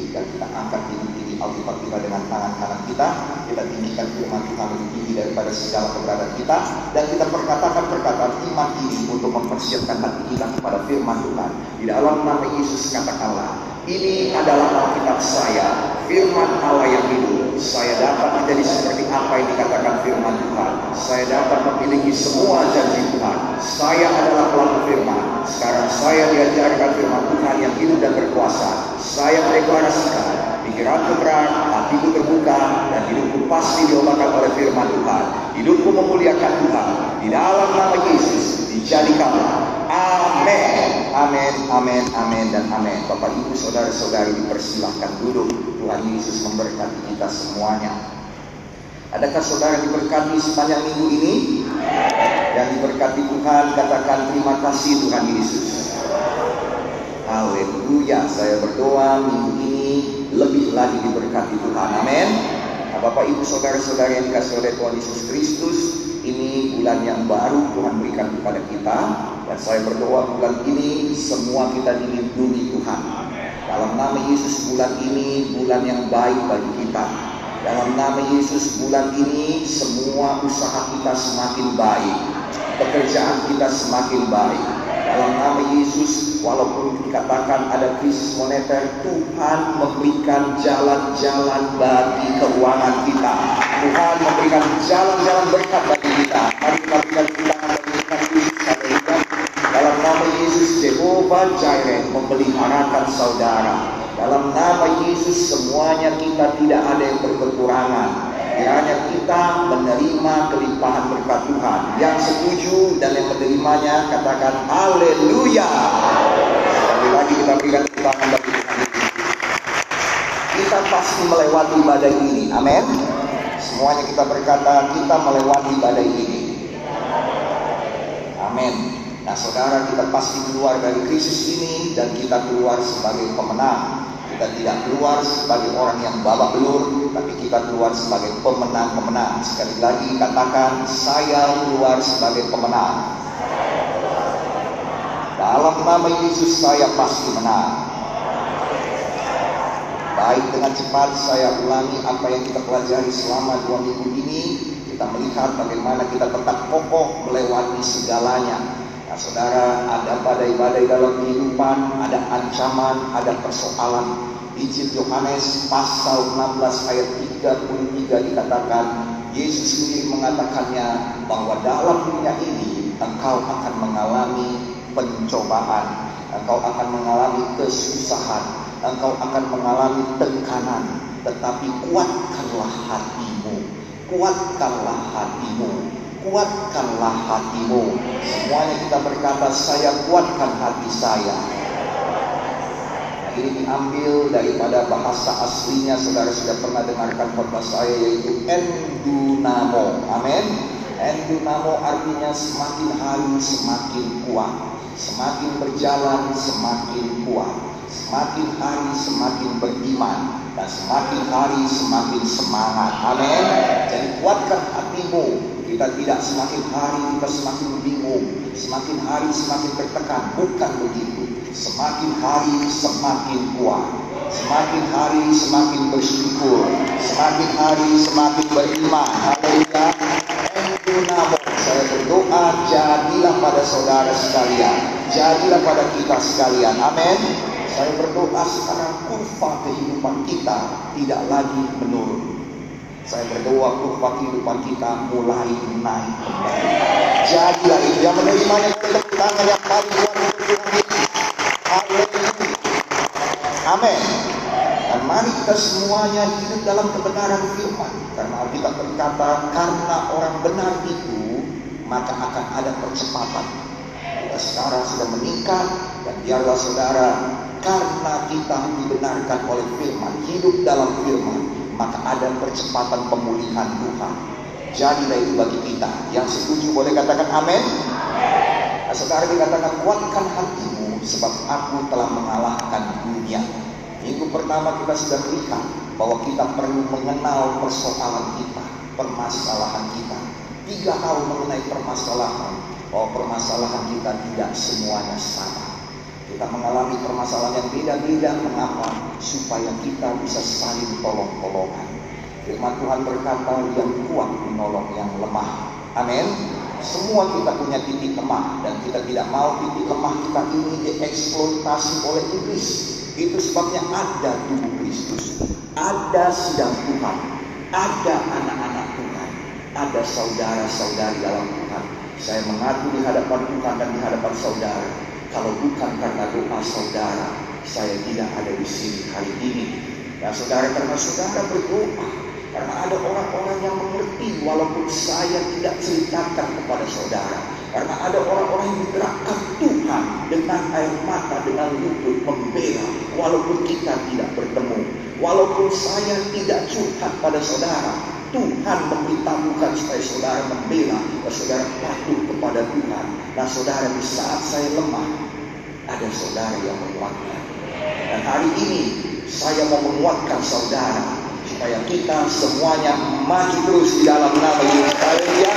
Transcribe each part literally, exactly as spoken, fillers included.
ketika kita angkat hidup ini Alkitab kita dengan tangan kanan kita, kita tinggikan firman Tuhan lebih tinggi daripada segala keberadaan kita, dan kita perkatakan perkataan iman ini untuk mempersiapkan hati kita kepada firman Tuhan. Di dalam nama Yesus katakanlah, ini adalah Alkitab saya, firman Allah yang hidup. Saya dapat menjadi seperti apa yang dikatakan firman Tuhan. Saya dapat memiliki semua janji Tuhan. Saya adalah pelaku firman. Sekarang saya diajarkan firman Tuhan yang hidup dan berkuasa. Saya deklarasikan, pikiranku terang, hatiku terbuka, dan hidupku pasti diobatkan oleh firman Tuhan. Hidupku memuliakan Tuhan. Di dalam nama Yesus dijadikanlah. Amin, amin, amin, amin, dan amin. Bapak, Ibu, saudara-saudari dipersilahkan duduk. Tuhan Yesus memberkati kita semuanya. Adakah saudara diberkati sepanjang minggu ini? Yang diberkati Tuhan, katakan terima kasih Tuhan Yesus. Haleluya. Saya berdoa minggu ini lebih lagi diberkati Tuhan. Amin. Nah, Bapak, Ibu, saudara-saudara yang dikasihi oleh Tuhan Yesus Kristus, ini bulan yang baru Tuhan berikan kepada kita, dan saya berdoa bulan ini semua kita dilindungi Tuhan. Dalam nama Yesus, bulan ini bulan yang baik bagi kita. Dalam nama Yesus, bulan ini semua usaha kita semakin baik, pekerjaan kita semakin baik. Dalam nama Yesus, walaupun dikatakan ada krisis moneter, Tuhan memberikan jalan-jalan bagi keuangan kita. Tuhan memberikan jalan-jalan berkat bagi kita. Mari kita berikan kita berikan Yesus. Dalam nama Yesus, Jehovah Jireh memeliharakan saudara. Dalam nama Yesus, semuanya kita tidak ada yang berkekurangan. Kiranya kita menerima kelimpahan berkat Tuhan. Yang setuju dan yang menerimanya katakan haleluya. Sekali lagi kita berikan tangan bagi Tuhan. Kita pasti melewati badai ini. Amin. Semuanya kita berkata kita melewati badai ini. Amin. Nah saudara, kita pasti keluar dari krisis ini, dan kita keluar sebagai pemenang. Kita tidak keluar sebagai orang yang babak belur, tapi kita keluar sebagai pemenang-pemenang. Sekali lagi katakan, saya keluar sebagai pemenang. Dalam nama Yesus saya pasti menang. Baik, dengan cepat saya ulangi apa yang kita pelajari selama dua minggu ini. Kita melihat bagaimana kita tetap kokoh melewati segalanya. Nah saudara, ada badai-badai dalam kehidupan, ada ancaman, ada persoalan. Injil Yohanes pasal enam belas ayat tiga puluh tiga dikatakan, Yesus sendiri mengatakannya bahwa dalam dunia ini engkau akan mengalami pencobaan, engkau akan mengalami kesusahan, engkau akan mengalami tekanan, tetapi kuatkanlah hatimu, kuatkanlah hatimu, kuatkanlah hatimu. Semuanya kita berkata, saya kuatkan hati saya. Ini diambil daripada bahasa aslinya, saudara sudah pernah dengarkan khotbah saya, yaitu endunamo. Amin. Endunamo artinya semakin hari semakin kuat, semakin berjalan semakin kuat, semakin hari semakin beriman, dan semakin hari semakin semangat. Amin. Jadi kuatkan hatimu. Kita tidak semakin hari kita semakin bingung, semakin hari semakin tertekan. Bukan begitu. Semakin hari semakin kuat, semakin hari semakin bersyukur, semakin hari semakin beriman. Haleluya. Endunamo. Saya berdoa, jadilah pada saudara sekalian, jadilah pada kita sekalian. Amin. Saya berdoa sekarang kurva kehidupan kita tidak lagi menurun. Saya berdoa kurva kehidupan kita mulai naik kembali. Jadilah itu. Yang menerimanya tepuk tangan yang paling luar biasa. Haleluya. Amin. Dan mari kita semuanya hidup dalam kebenaran firman. Karena Alkitab berkata, karena orang benar itu maka akan ada percepatan. Kita sekarang sudah meningkat, dan biarlah saudara, karena kita dibenarkan oleh firman, hidup dalam firman, maka ada percepatan pemulihan Tuhan. Jadilah itu bagi kita. Yang setuju boleh katakan amin. Nah, saudara dikatakan, kuatkan hatimu, sebab aku telah mengalahkan dunia. Minggu pertama kita sudah melihat bahwa kita perlu mengenal persoalan kita, permasalahan kita. Tiga hal mengenai permasalahan, bahwa permasalahan kita tidak semuanya sama. Kita mengalami permasalahan yang beda-beda. Mengapa? Supaya kita bisa saling tolong-tolongan. Firman Tuhan berkata, yang kuat menolong yang lemah. Amin. Semua kita punya titik lemah, dan kita tidak mau titik lemah kita ini dieksploitasi oleh iblis. Itu sebabnya ada tubuh Kristus, ada sidang Tuhan, ada anak-anak Tuhan, ada saudara-saudari dalam Tuhan. Saya mengadu di hadapan Tuhan dan di hadapan saudara. Kalau bukan karena doa saudara, saya tidak ada di sini hari ini. Ya saudara, karena saudara berdoa, karena ada orang-orang yang mengerti walaupun saya tidak ceritakan kepada saudara. Karena ada orang-orang yang digerakkan Tuhan dengan air mata, dengan lutut membela walaupun kita tidak bertemu. Walaupun saya tidak curhat pada saudara, Tuhan memberitahukan supaya saudara membela, dan saudara patuh kepada Tuhan. Nah saudara, di saat saya lemah, ada saudara yang menguatkan. Dan hari ini saya mau menguatkan saudara, supaya kita semuanya maju terus di dalam nama Yesus. Haleluya.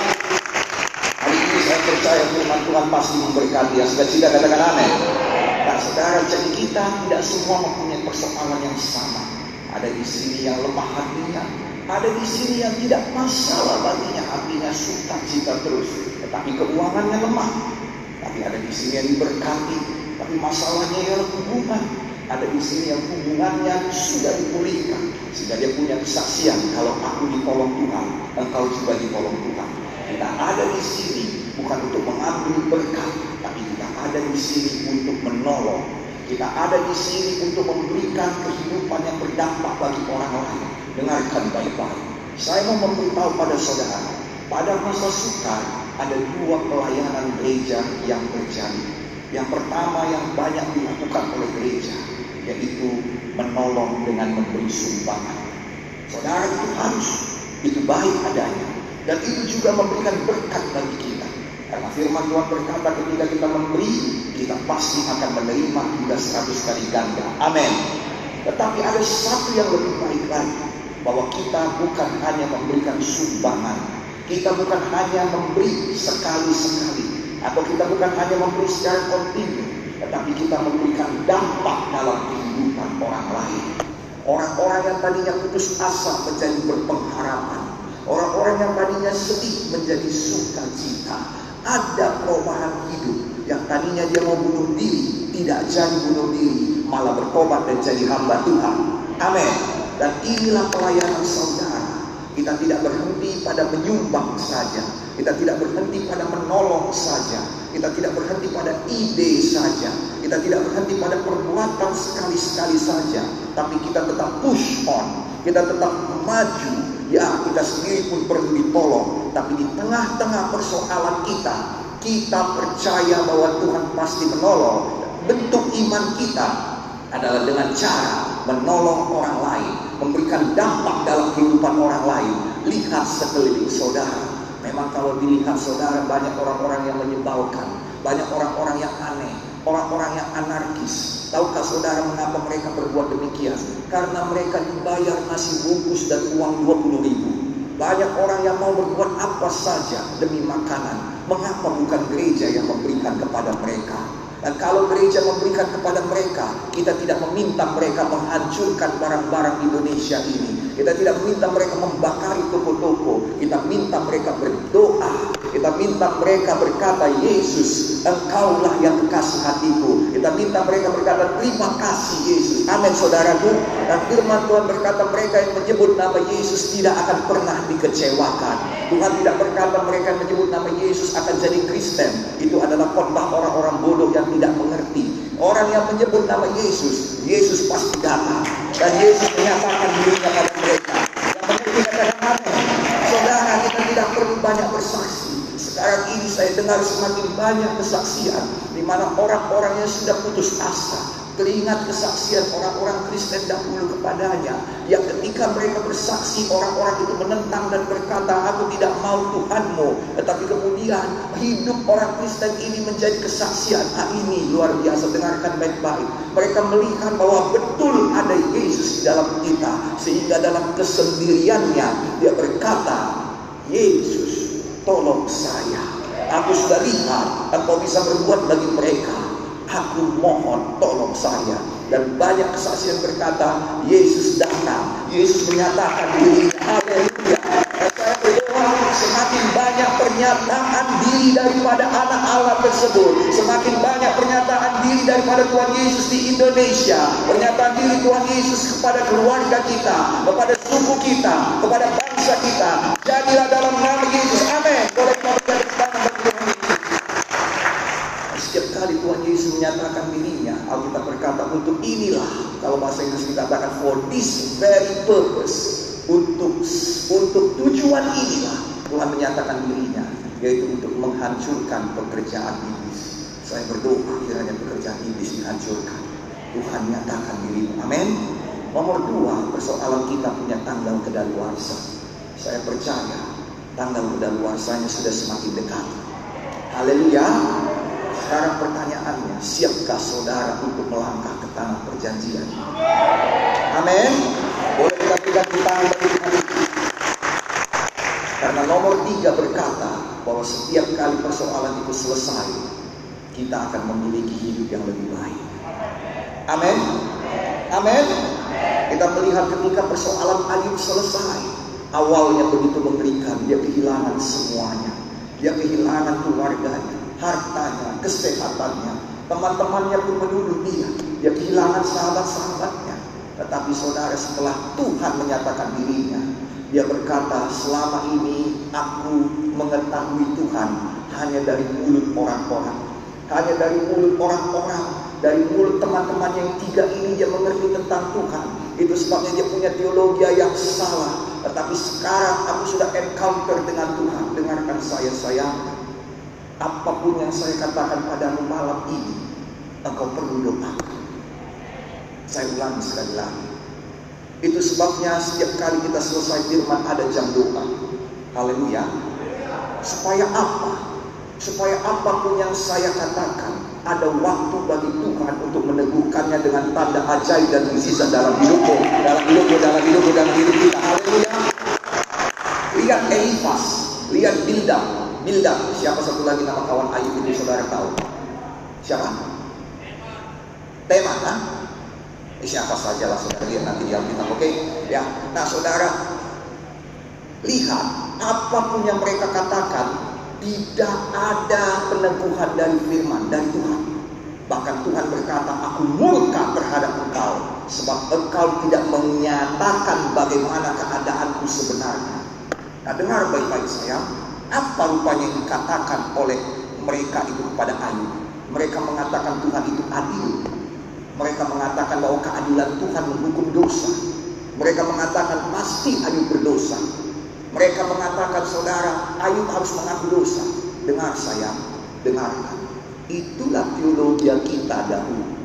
Hari ini saya percaya firman Tuhan pasti memberkati. Yang sudah tidak katakan amin. Nah saudara, jadi kita tidak semua mempunyai persoalan yang sama. Ada di sini yang lemah hatinya, ada di sini yang tidak masalah baginya, hatinya sukacita terus, tetapi keuangannya lemah. Tapi ada di sini yang diberkati, tapi masalahnya ialah hubungan. Ada di sini yang hubungannya sudah dipulihkan, sehingga dia punya kesaksian, kalau aku ditolong Tuhan, engkau juga ditolong Tuhan. Kita ada di sini bukan untuk mengambil berkat, tapi kita ada di sini untuk menolong. Kita ada di sini untuk memberikan kehidupan yang berdampak bagi orang lain. Dengarkan baik-baik. Saya mau memberitahu pada saudara, pada masa sukar ada dua pelayanan gereja yang terjadi. Yang pertama yang banyak dilakukan oleh gereja, yaitu menolong dengan memberi sumbangan. Saudara, itu harus, itu baik adanya, dan itu juga memberikan berkat bagi kita. Karena firman Tuhan berkata, ketika kita memberi, kita pasti akan menerima juga seratus kali ganda. Amin. Tetapi ada satu yang lebih baik lagi, bahwa kita bukan hanya memberikan sumbangan, kita bukan hanya memberi sekali-sekali, atau kita bukan hanya memberi secara kontinu, tetapi kita memberikan dampak dalam kehidupan orang lain. Orang-orang yang tadinya putus asa menjadi berpengharapan, orang-orang yang tadinya sedih menjadi sukacita. Ada perubahan hidup. Yang tadinya dia mau bunuh diri, tidak jadi bunuh diri, malah bertobat dan jadi hamba Tuhan. Amin. Dan inilah pelayanan saudara. Kita tidak berhenti pada menyumbang saja, kita tidak berhenti pada menolong saja, kita tidak berhenti pada ide saja, kita tidak berhenti pada perbuatan sekali-sekali saja, tapi kita tetap push on, kita tetap maju. Ya, kita sendiri pun perlu ditolong, tapi di tengah-tengah persoalan kita, kita percaya bahwa Tuhan pasti menolong. Bentuk iman kita adalah dengan cara menolong orang lain, memberikan dampak dalam kehidupan orang lain. Lihat sekeliling saudara. Memang kalau dilihat saudara, banyak orang-orang yang menyebalkan, banyak orang-orang yang aneh, orang-orang yang anarkis. Tahukah saudara mengapa mereka berbuat demikian? Karena mereka dibayar nasi bungkus dan uang dua puluh ribu. Banyak orang yang mau berbuat apa saja demi makanan. Mengapa bukan gereja yang memberikan kepada mereka? Dan kalau gereja memberikan kepada mereka, kita tidak meminta mereka menghancurkan barang-barang Indonesia ini. Kita tidak meminta mereka membakari toko-toko. Kita minta mereka berdoa. Kita minta mereka berkata, Yesus, Engkaulah yang kekasih hatiku. Kita minta mereka berkata, terima kasih Yesus. Amin saudaraku. Dan firman Tuhan berkata, mereka yang menyebut nama Yesus tidak akan pernah dikecewakan. Tuhan tidak berkata mereka yang menyebut nama Yesus akan jadi Kristen. Itu adalah khotbah orang-orang bodoh yang tidak mengerti. Orang yang menyebut nama Yesus, Yesus pasti datang. Dan Yesus menyatakan dirinya pada mereka. Yang mengerti katakan amin. Saudara, kita tidak perlu banyak bersaksi. Sekarang ini saya dengar semakin banyak kesaksian, di mana orang-orang yang sudah putus asa teringat kesaksian orang-orang Kristen dahulu kepadanya, yang ketika mereka bersaksi, orang-orang itu menentang dan berkata, aku tidak mau Tuhanmu. Tetapi kemudian hidup orang Kristen ini menjadi kesaksian. Nah ini luar biasa, dengarkan baik-baik. Mereka melihat bahwa betul ada Yesus di dalam kita, sehingga dalam kesendiriannya dia berkata, Yesus tolong saya, aku sudah lihat engkau bisa berbuat bagi mereka, aku mohon tolong saya. Dan banyak kesaksian berkata, Yesus datang, Yesus menyatakan dirinya. Haleluya. Dan saya berdoa semakin banyak pernyataan diri daripada anak Allah tersebut, semakin banyak pernyataan diri daripada Tuhan Yesus di Indonesia, pernyataan diri Tuhan Yesus kepada keluarga kita, kepada suku kita, kepada bangsa kita. Jadilah dalam nama Yesus. Amin. Boleh kita berikan tangan bagi Tuhan Yesus. Setiap kali Tuhan Yesus menyatakan dirinya, Alkitab berkata, untuk inilah, kalau bahasa Inggris dikatakan for this very purpose, untuk untuk tujuan inilah Tuhan menyatakan dirinya, yaitu untuk menghancurkan pekerjaan iblis. Saya berdoa kiranya pekerjaan iblis dihancurkan. Tuhan menyatakan dirinya. Amin. Nomor dua, persoalan kita punya tanggal kedaluarsa. Saya percaya tanggal kedaluarsanya sudah semakin dekat. Haleluya. Sekarang pertanyaannya, siapkah saudara untuk melangkah ke tanah perjanjian? Amin. Boleh kita berikan tangan bagi Tuhan. Karena nomor tiga berkata bahwa setiap kali persoalan itu selesai, kita akan memiliki hidup yang lebih baik. Amin. Amin. Kita melihat ketika persoalan Ayub selesai, awalnya begitu mengerikan. Dia kehilangan semuanya. Dia kehilangan keluarganya, hartanya, kesehatannya. Teman-temannya pun menuduh dia. Dia kehilangan sahabat-sahabatnya. Tetapi saudara, setelah Tuhan menyatakan dirinya, dia berkata, selama ini aku mengetahui Tuhan hanya dari mulut orang-orang, hanya dari mulut orang-orang, dari mulut teman-teman yang tiga ini dia mengerti tentang Tuhan. Itu sebabnya dia punya teologi yang salah. Tetapi sekarang aku sudah encounter dengan Tuhan. Dengarkan saya sayang, apapun yang saya katakan padamu malam ini, engkau perlu doa. Saya ulangi sekali lagi. Itu sebabnya setiap kali kita selesai firman ada jam doa. Haleluya. Supaya apa? Supaya apapun yang saya katakan, ada waktu bagi Tuhan untuk meneguhkannya dengan tanda ajaib dan mukjizat dalam hidupmu, dalam hidupmu, dalam hidupmu, dalam hidup kita. Haleluya. Lihat Elifas, lihat Bildad. Bildad, siapa satu lagi nama kawan Ayub itu saudara tahu? Siapa? Teman, kan? Siapa saja lah saudara, lihat nanti di Alkitab, oke? Ya, nah saudara, lihat apapun yang mereka katakan, tidak ada peneguhan dari firman dari Tuhan. Bahkan Tuhan berkata, aku murka terhadap engkau, sebab engkau tidak menyatakan bagaimana keadaanku sebenarnya. Nah, dengar baik-baik sayang, apa rupanya yang dikatakan oleh mereka itu kepada Ayub? Mereka mengatakan Tuhan itu adil. Mereka mengatakan bahwa keadilan Tuhan menghukum dosa. Mereka mengatakan pasti Ayub berdosa. Mereka mengatakan saudara, Ayub harus mengaku dosa. Dengar sayang, dengarkan. Itulah teologi kita dahulu.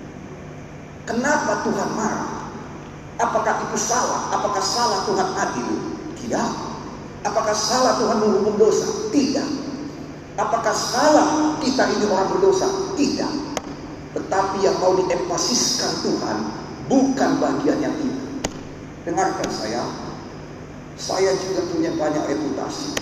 Kenapa Tuhan marah? Apakah itu salah? Apakah salah Tuhan adil? Tidak. Apakah salah Tuhan menghukum dosa? Tidak. Apakah salah kita ini orang berdosa? Tidak. Tetapi yang mau diempasiskan Tuhan bukan bagian yang itu. Dengarkan saya, saya juga punya banyak reputasi.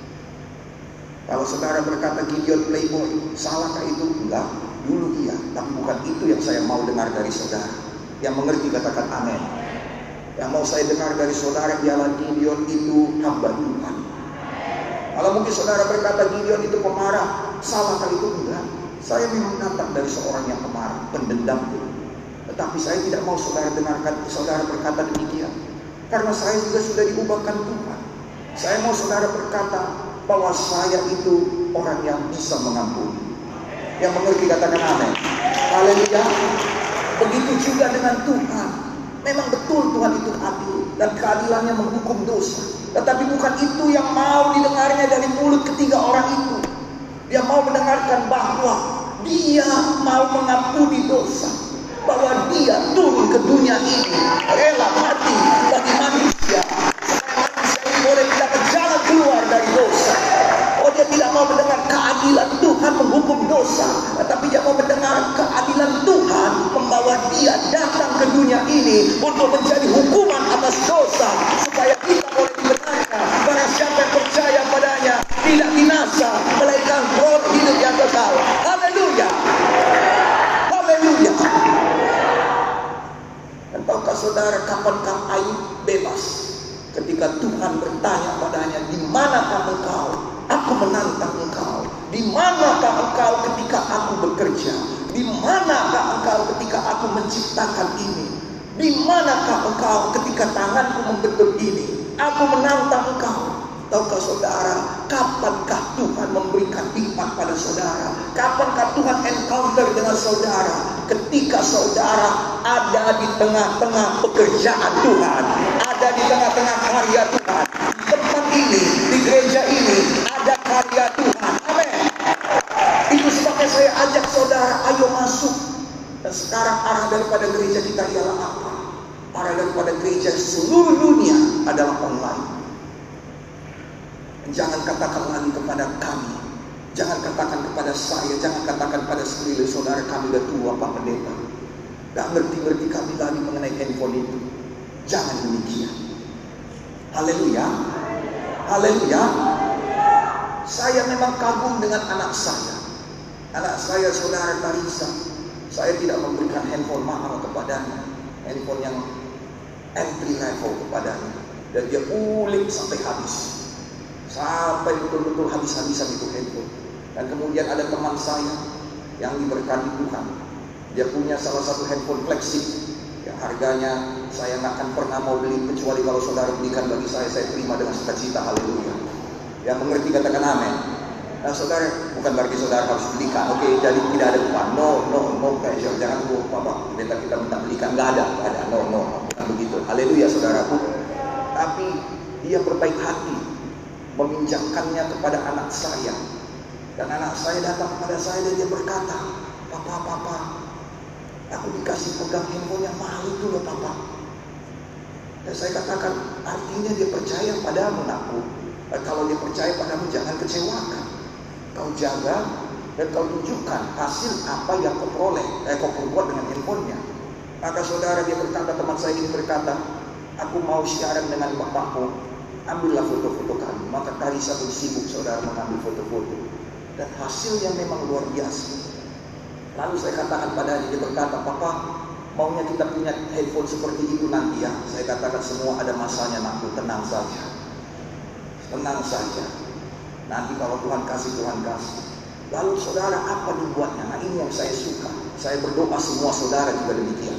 Kalau saudara berkata Gideon playboy, salahkah itu? Enggak, dulu iya, tapi bukan itu yang saya mau dengar dari saudara. Yang mengerti katakan amin. Yang mau saya dengar dari saudara ialah Gideon itu hamba Tuhan. Kalau mungkin saudara berkata Gideon itu pemarah, salahkah itu? Enggak. Saya memang datang dari seorang yang pemarah, pendendam. Tetapi saya tidak mau saudara dengarkan saudara berkata demikian. Karena saya juga sudah diubahkan Tuhan. Saya mau saudara berkata bahwa saya itu orang yang bisa mengampuni. Yang mengerti katakan amin. Haleluya. Begitu juga dengan Tuhan. Memang betul Tuhan itu adil dan keadilannya menghukum dosa. Tetapi bukan itu yang mau didengarnya dari mulut ketiga orang itu. Dia mau mendengarkan bahwa dia mau mengampuni dosa, bahwa dia turun ke dunia ini rela mati bagi manusia, supaya manusia ini boleh dapat jalan keluar dari dosa. Oh, dia tidak mau mendengar keadilan Tuhan menghukum dosa, tetapi dia mau mendengar keadilan Tuhan membawa dia datang ke dunia ini untuk menjadi hukuman atas dosa, supaya kita boleh dibenarkan. Barang siapa yang percaya padanya tidak binasa, melainkan beroleh hidup yang kekal. Haleluya. Tahukah saudara kapankah Ayub bebas? Ketika Tuhan bertanya padanya, di manakah engkau? Aku menantang engkau. Di manakah engkau ketika aku bekerja? Di manakah engkau ketika aku menciptakan ini? Di manakah engkau ketika tanganku membentuk ini? Aku menantang engkau. Tahukah saudara, kapankah Tuhan memberikan hikmat pada saudara? Kapankah Tuhan encounter dengan saudara? Ketika saudara ada di tengah-tengah pekerjaan Tuhan, ada di tengah-tengah karya Tuhan. Di tempat ini, di gereja ini, ada karya Tuhan. Amin. Itu sebabnya saya ajak saudara, ayo masuk. Dan sekarang arah daripada gereja kita ialah apa? Arah daripada gereja seluruh dunia adalah online. Jangan katakan lagi kepada kami, jangan katakan kepada saya, jangan katakan pada sekeliling saudara, kami udah tua Pak Pendeta, gak ngerti-ngerti kami lagi mengenai handphone itu. Jangan demikian. Haleluya, haleluya. Saya memang kagum dengan anak saya. Anak saya saudara Tarisa, saya tidak memberikan handphone mahal kepadanya, handphone yang entry level kepadanya, dan dia ulik sampai habis. Sampai betul-betul habis-habisan itu handphone. Dan kemudian ada teman saya yang diberkati Tuhan. Dia punya salah satu handphone flagship yang harganya saya nggak akan pernah mau beli, kecuali kalau saudara belikan bagi saya, saya terima dengan sukacita. Haleluya. Yang mengerti katakan amin. Nah saudara, bukan berarti saudara harus belikan. Oke, jadi tidak ada upah. No, no, no pressure. Jangan tunggu Bapak, minta kita minta belikan. Nggak ada, nggak ada. No, no, bukan begitu. Haleluya saudaraku. Tapi dia berbaik hati meminjamkannya kepada anak saya. Dan anak saya datang kepada saya dan dia berkata, Papa, Papa, aku dikasih pegang handphone yang mahal itu loh Papa. Dan saya katakan, artinya dia percaya padamu nakku. Dan kalau dia percaya padamu, jangan kecewakan. Kau jaga dan kau tunjukkan hasil apa yang kau peroleh, eh, kau perbuat dengan handphonenya. Maka saudara, dia berkata, teman saya ini berkata, aku mau siaran dengan bapakku, ambillah foto-foto kami. Maka Tarisa pun sibuk saudara mengambil foto-foto, dan hasilnya memang luar biasa. Lalu saya katakan padanya, dia berkata, Papa, maunya kita punya handphone seperti itu nanti ya. Saya katakan, semua ada masanya nakku, tenang saja, tenang saja. Nanti kalau Tuhan kasih, Tuhan kasih. Lalu saudara, apa dibuatnya? Nah ini yang saya suka. Saya berdoa semua saudara juga demikian.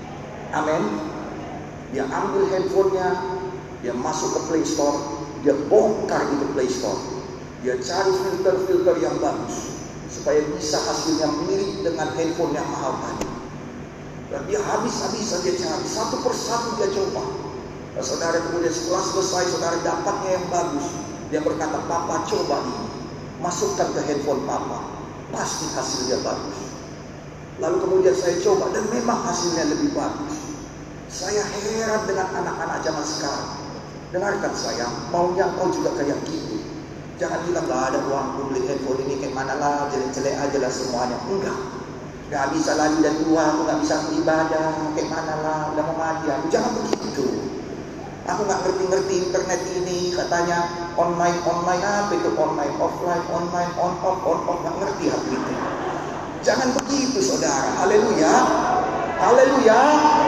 Amin. Dia ambil handphonenya, dia masuk ke Play Store, dia bongkar itu Play Store. Dia cari filter-filter yang bagus, supaya bisa hasilnya mirip dengan handphone yang mahal tadi. Dan dia habis-habisan dia cari, satu persatu dia coba. Dan saudara kemudian setelah selesai, saudara dapatnya yang bagus. Dia berkata, Papa coba ini, masukkan ke handphone Papa, pasti hasilnya bagus. Lalu kemudian saya coba, dan memang hasilnya lebih bagus. Saya heran dengan anak-anak zaman sekarang. Dengarkan sayang, maunya kau juga kayak gitu. Jangan bilang gak ada uang beli handphone ini, kayak mana lah, jelek-jelek aja lah semuanya. Enggak, gak bisa lagi dan tua, aku gak bisa beribadah, kayak mana lah, udah mau mati aku. Jangan begitu. Aku gak ngerti-ngerti internet ini, katanya online, online apa itu, online, offline, online, on, off, on, off, gak ngerti aku itu. Jangan begitu saudara, haleluya, haleluya.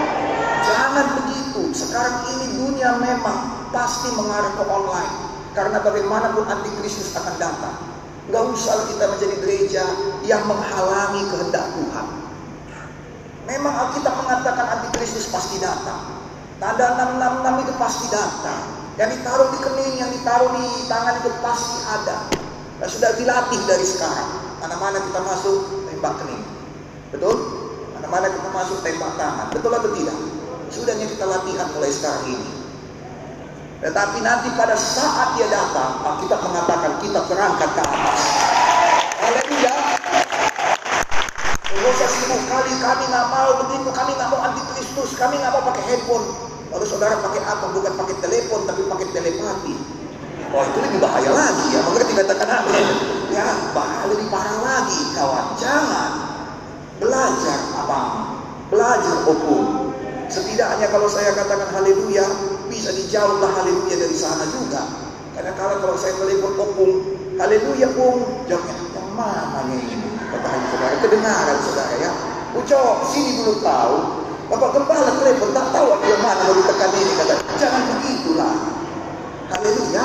Jangan begitu. Sekarang ini dunia memang pasti mengarah ke online. Karena bagaimanapun antikristus akan datang. Gak usah kita menjadi gereja yang menghalangi kehendak Tuhan. Memang Alkitab mengatakan antikristus pasti datang. Tanda enam enam enam itu pasti datang. Yang ditaruh di kening, yang ditaruh di tangan itu pasti ada. Dan sudah dilatih dari sekarang. Mana-mana kita masuk, tembak kening. Betul? Mana-mana kita masuk, tembak tangan. Betul atau tidak? Sudahnya kita latihan mulai sekarang ini. Tetapi nanti pada saat dia datang, Alkitab mengatakan kita terangkat ke atas. Haleluya. Tidak usah sibuk kali, kami nggak mau begitu, kami nggak mau antikristus, kami nggak mau pakai handphone. Lalu saudara pakai apa? Bukan pakai telepon, tapi pakai telepati. Oh itu lebih bahaya lagi ya, mengerti katakan amin. Ya bahaya, lebih parah lagi kawan. Jangan belajar abang, belajar hukum. Setidaknya kalau saya katakan haleluya, bisa dijauhlah haleluya dari sana juga. Karena kalau kalau saya telepon opung, haleluya pung, jawabnya yang mana ini? Katakan saudara, kedengaran saudara ya. Ucok sini dulu tahu, Bapak Gembala telepon, tak tahu apa yang mana mau ditekan ini. Kata, jangan begitulah. Haleluya.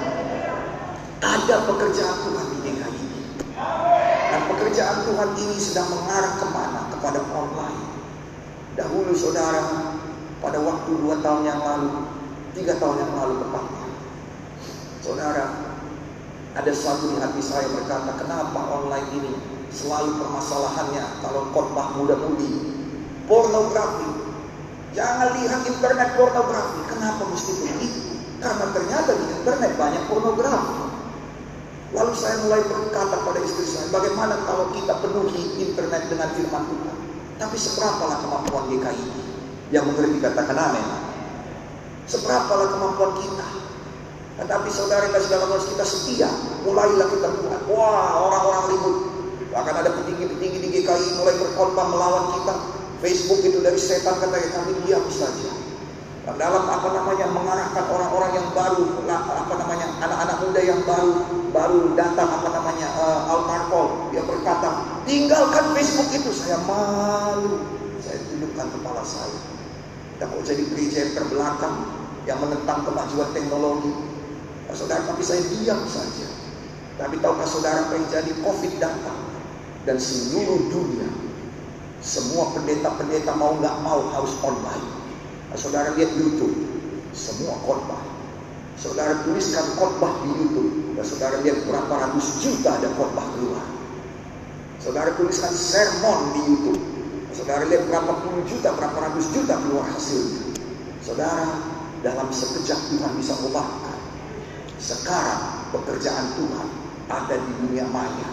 Ada pekerjaan Tuhan di D K I ini. Dan pekerjaan Tuhan ini sedang mengarah kemana? Kepada online. Dahulu saudara, pada waktu dua tahun yang lalu, tiga tahun yang lalu tepatnya, saudara, ada sesuatu di hati saya berkata, kenapa online ini selalu permasalahannya kalau khotbah muda-mudi pornografi. Jangan lihat internet pornografi. Kenapa mesti begitu? Karena ternyata di internet banyak pornografi. Lalu saya mulai berkata pada istri saya, bagaimana kalau kita penuhi internet dengan firman Tuhan? Tapi seberapalah kemampuan D K I ini? Yang mengerti katakan amin. Seberapalah kemampuan kita? Tetapi saudara kasih dalam kita setia. Mulailah kita buat. Wah, orang-orang ribut. Bahkan ada petinggi-petinggi di D K I mulai berkhotbah melawan kita. Facebook itu dari setan, katanya kami diam saja. Dan dalam apa namanya mengarahkan orang-orang yang baru, apa namanya anak-anak muda yang baru baru datang apa namanya uh, altar call, dia berkata tinggalkan Facebook itu. Saya malu, saya tundukkan kepala saya. Kita mau jadi gereja yang terbelakang yang menentang kemajuan teknologi, nah, saudara, tapi saya diam saja. Tapi tahukah saudara apa yang jadi? Covid datang dan seluruh dunia, semua pendeta-pendeta mau nggak mau harus online. Nah, saudara lihat YouTube, semua khotbah. Saudara tuliskan khotbah di YouTube, dan saudara lihat berapa ratus juta ada khotbah keluar. Saudara tuliskan sermon di YouTube, dan saudara lihat berapa puluh juta, berapa ratus juta keluar hasilnya. Saudara, dalam sekejap Tuhan bisa ubahkan. Sekarang pekerjaan Tuhan ada di dunia maya.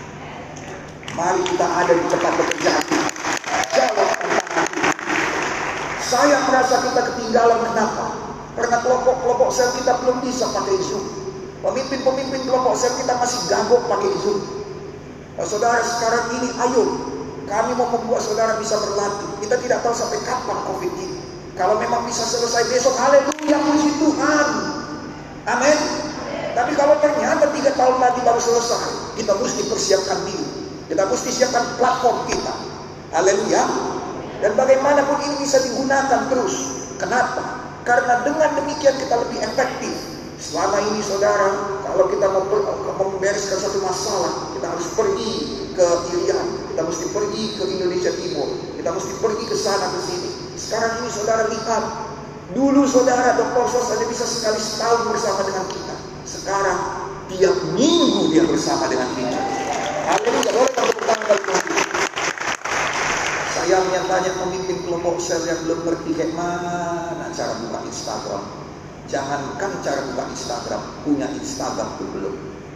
Mari kita ada di tempat pekerjaan Tuhan. Jawab tantangan Tuhan. Saya merasa kita ketinggalan. Kenapa? Karena kelompok-kelompok sel kita belum bisa pakai Zoom. Pemimpin-pemimpin kelompok sel kita masih gagap pakai Zoom. Nah, saudara, sekarang ini ayo kami mau membuat saudara bisa berlatih. Kita tidak tahu sampai kapan Covid ini. Kalau memang bisa selesai besok, haleluya, puji Tuhan. Amin. Tapi kalau ternyata tiga tahun lagi baru selesai, kita mesti persiapkan diri. Kita mesti siapkan platform kita. Haleluya. Dan bagaimanapun ini bisa digunakan terus. Kenapa? Karena dengan demikian kita lebih efektif. Selama ini saudara, kalau kita mau membereskan satu masalah, kita harus pergi ke Irian, kita mesti pergi ke Indonesia Timur, kita mesti pergi ke sana ke sini. Sekarang ini saudara lihat, dulu saudara dokter Sos hanya bisa sekali setahun bersama dengan kita. Sekarang tiap minggu dia bersama dengan kita. Haleluya, boleh kita tepuk tangan bagi Tuhan. Saya menyatanya pemimpin kelompok sel yang belum ngerti kayak mana cara buka Instagram. Jangankan cara buka Instagram, punya Instagram pun belum.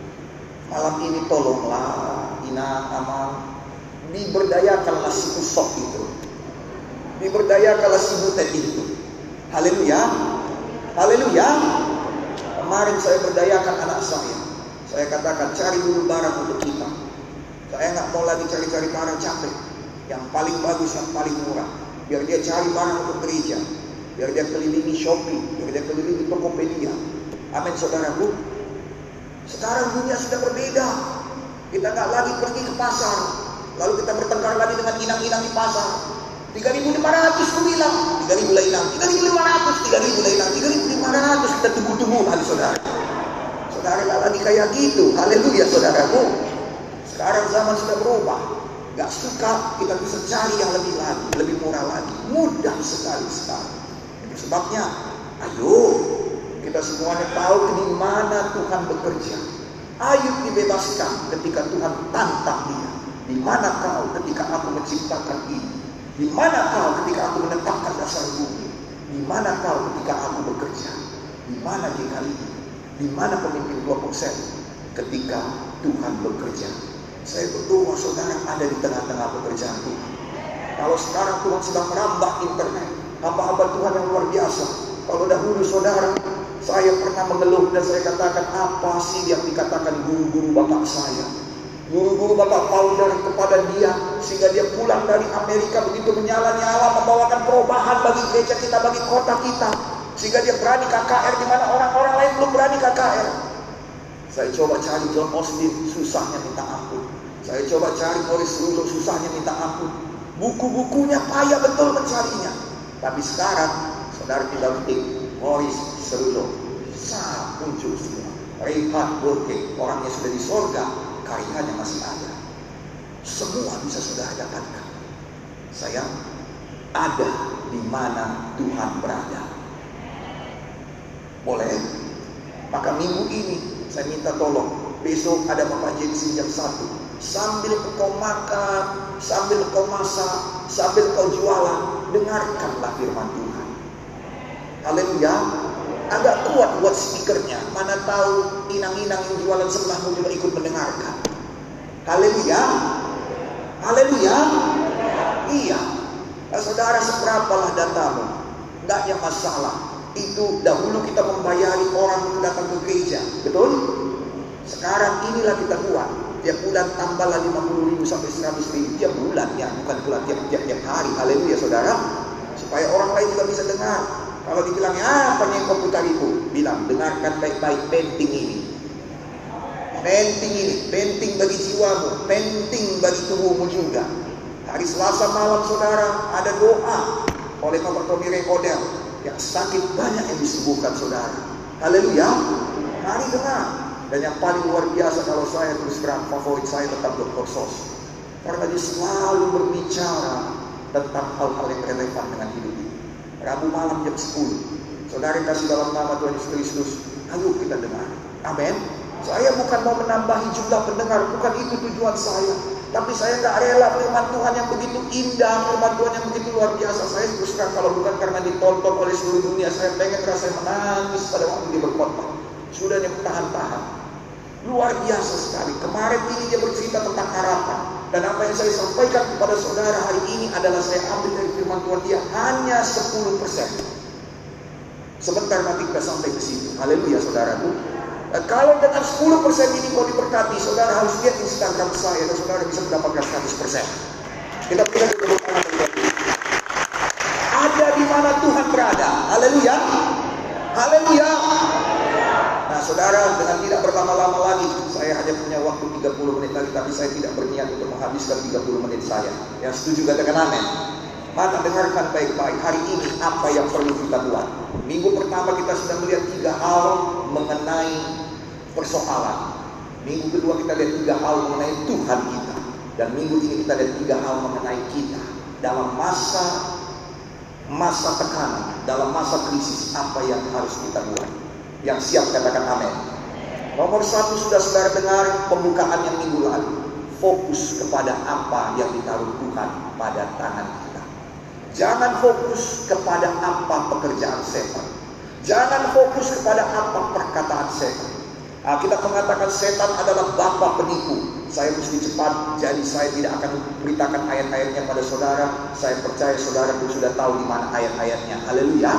Malam ini tolonglah Ina, Amal, diberdayakanlah si Usop itu, diberdayakanlah si Butet itu. Haleluya, haleluya. Kemarin saya berdayakan anak saya. Saya katakan cari dulu barang untuk kita. Saya nggak mau lagi cari-cari barang capek. Yang paling bagus, yang paling murah. Biar dia cari barang untuk gereja. Biar dia kelilingi Shopee. Biar dia kelilingi Tokopedia. Amin saudaraku. Sekarang dunia sudah berbeda. Kita nggak lagi pergi ke pasar. Lalu kita bertengkar lagi dengan inang-inang di pasar. tiga ribu lima ratus aku bilang. tiga ribu lah inang. tiga ribu lima ratus. tiga ribu lah inang. tiga ribu lima ratus. Kita tunggu-tungguan saudara. Saudara nggak lagi kayak gitu. Haleluya saudaraku. Sekarang zaman sudah berubah. Gak suka, kita bisa cari yang lebih lagi, lebih murah lagi. Mudah sekali sekarang. Itu sebabnya, ayo kita semuanya tahu di mana Tuhan bekerja. Ayub dibebaskan ketika Tuhan tantang dia. Di mana kau ketika aku menciptakan ini? Di mana kau ketika aku menetapkan dasar bumi? Di mana kau ketika aku bekerja? Di mana di kali ini? Di mana pemimpin kelompok sel ketika Tuhan bekerja? Saya berdoa saudara ada di tengah-tengah pekerjaan Tuhan. Kalau sekarang Tuhan sedang merambah internet, hamba-hamba Tuhan yang luar biasa. Kalau dahulu saudara, saya pernah mengeluh dan saya katakan, apa sih yang dikatakan guru-guru bapak saya? Guru-guru bapak founder kepada dia, sehingga dia pulang dari Amerika begitu menyala-nyala, membawakan perubahan bagi gereja kita, bagi kota kita. Sehingga dia berani K K R di mana orang-orang lain belum berani K K R. Saya coba cari John Austin, susahnya minta ampun. Saya coba cari Morris Rudolph, susahnya minta ampun. Buku-bukunya payah betul mencarinya. Tapi sekarang saudara tinggal ketik Morris Cerullo, saat muncul semua. Reinhard Bonnke, orangnya sudah di sorga, karyanya masih ada. Semua bisa saudara dapatkan. Sayang, ada di mana Tuhan berada. Boleh? Maka minggu ini saya minta tolong, besok ada Bapak Jensi jam satu. Sambil kau makan, sambil kau masak, sambil kau jualan, dengarkanlah firman Tuhan. Haleluya. Agak kuat buat speakernya. Mana tahu inang-inang yang jualan sebelahmu juga ikut mendengarkan. Haleluya. Haleluya. Iya. Nah, saudara, seperapalah datamu. Tidak ada masalah. Itu dahulu kita membayari orang untuk datang ke gereja. Betul? Sekarang inilah kita buat. Tiap bulan tambahlah lima puluh ribu sampai seratus ribu. Tiap bulan ya, bukan bulan tiap-tiap tiap hari. Haleluya saudara. Supaya orang lain juga bisa dengar. Kalau dibilangnya apa yang kau putar itu, bilang dengarkan baik-baik penting ini. Penting ini, penting bagi jiwamu, penting bagi tubuhmu juga. Hari Selasa malam saudara ada doa oleh Bapak Tommy Rekodel. Yang sakit banyak yang disembuhkan saudara. Haleluya. Mari dengar. Dan yang paling luar biasa kalau saya terus terang, favorit saya tetap doktor Sos. Karena dia selalu berbicara tentang hal-hal yang relevan dengan hidup ini. Rabu malam jam sepuluh. Saudara kasih dalam nama Tuhan Yesus Kristus, ayo kita dengar. Amin. Saya bukan mau menambahi jumlah pendengar, bukan itu tujuan saya. Tapi saya nggak rela firman Tuhan yang begitu indah, firman Tuhan yang begitu luar biasa. Saya terus terang kalau bukan karena ditonton oleh seluruh dunia, saya pengen rasanya menangis pada waktu dia berkhotbah. Sudah yang tahan-tahan. Luar biasa sekali. Kemarin ini dia bercerita tentang harapan. Dan apa yang saya sampaikan kepada saudara hari ini adalah saya ambil dari firman Tuhan dia hanya sepuluh persen. Sebentar nanti kita sampai ke situ. Haleluya saudaraku. Dan kalau dengan sepuluh persen ini mau diberkati, saudara harus lihat Instagram saya dan saudara bisa mendapatkan seratus persen. Kita berikan tepuk tangan bagi ada di mana Tuhan berada. Haleluya. Haleluya. Nah saudara, dengan tidak berlama-lama lagi, saya hanya punya waktu tiga puluh menit lagi, tapi saya tidak berniat untuk menghabiskan tiga puluh menit saya. Yang setuju katakan amin. Maka dengarkan baik-baik hari ini apa yang perlu kita buat. Minggu pertama kita sudah melihat tiga hal mengenai persoalan. Minggu kedua kita lihat tiga hal mengenai Tuhan kita. Dan minggu ini kita lihat tiga hal mengenai kita. Dalam masa masa tekanan, dalam masa krisis, apa yang harus kita buat. Yang siap katakan amin. Nomor satu sudah saudara dengar pembukaan yang minggu lalu. Fokus kepada apa yang ditaruh Tuhan pada tangan kita. Jangan fokus kepada apa pekerjaan setan. Jangan fokus kepada apa perkataan setan. Nah, kita mengatakan setan adalah bapa penipu. Saya mesti cepat, jadi saya tidak akan beritakan ayat-ayatnya pada saudara. Saya percaya saudara pun sudah tahu di mana ayat-ayatnya. Haleluya.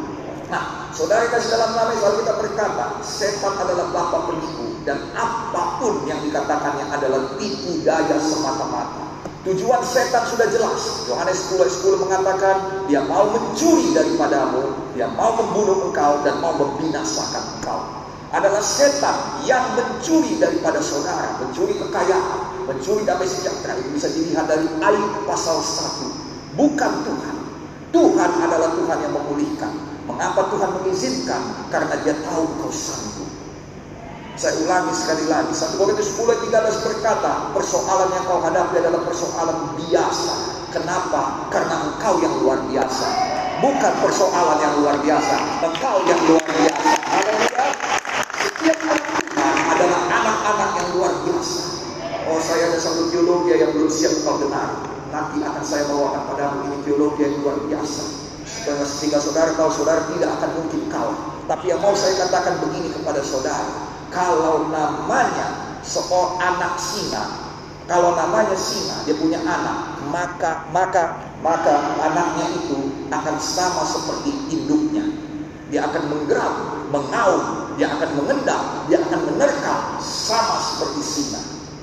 Nah, saudara kasih dalam nama Yesus kita berkata, setan adalah bapa penipu dan apapun yang dikatakannya adalah tipu daya semata-mata. Tujuan setan sudah jelas. Yohanes sepuluh ayat sepuluh mengatakan, dia mau mencuri daripadamu, dia mau membunuh engkau dan mau membinasakan engkau. Adalah setan yang mencuri daripada saudara, mencuri kekayaan, mencuri damai sejahtera. Itu bisa dilihat dari ayat pasal satu. Bukan Tuhan. Tuhan adalah Tuhan yang memulihkan. Mengapa Tuhan mengizinkan? Karena dia tahu kau sanggup. Saya ulangi sekali lagi. satu Korintus sepuluh ayat tiga belas berkata, persoalan yang kau hadapi adalah persoalan biasa. Kenapa? Karena engkau yang luar biasa. Bukan persoalan yang luar biasa, engkau yang luar biasa. Haleluya. Setiap orang Tuhan adalah anak-anak yang luar biasa. Oh, saya ada satu teologi yang belum siap kau dengar. Nanti akan saya bawakan padamu ini teologi yang luar biasa. Sehingga saudara tahu saudara tidak akan mungkin kalah. Tapi yang mau saya katakan begini kepada saudara, kalau namanya seorang anak singa, kalau namanya singa, dia punya anak, maka maka maka anaknya itu akan sama seperti induknya. Dia akan menggeram, mengaum, dia akan mengendap, dia akan menerkam sama seperti singa.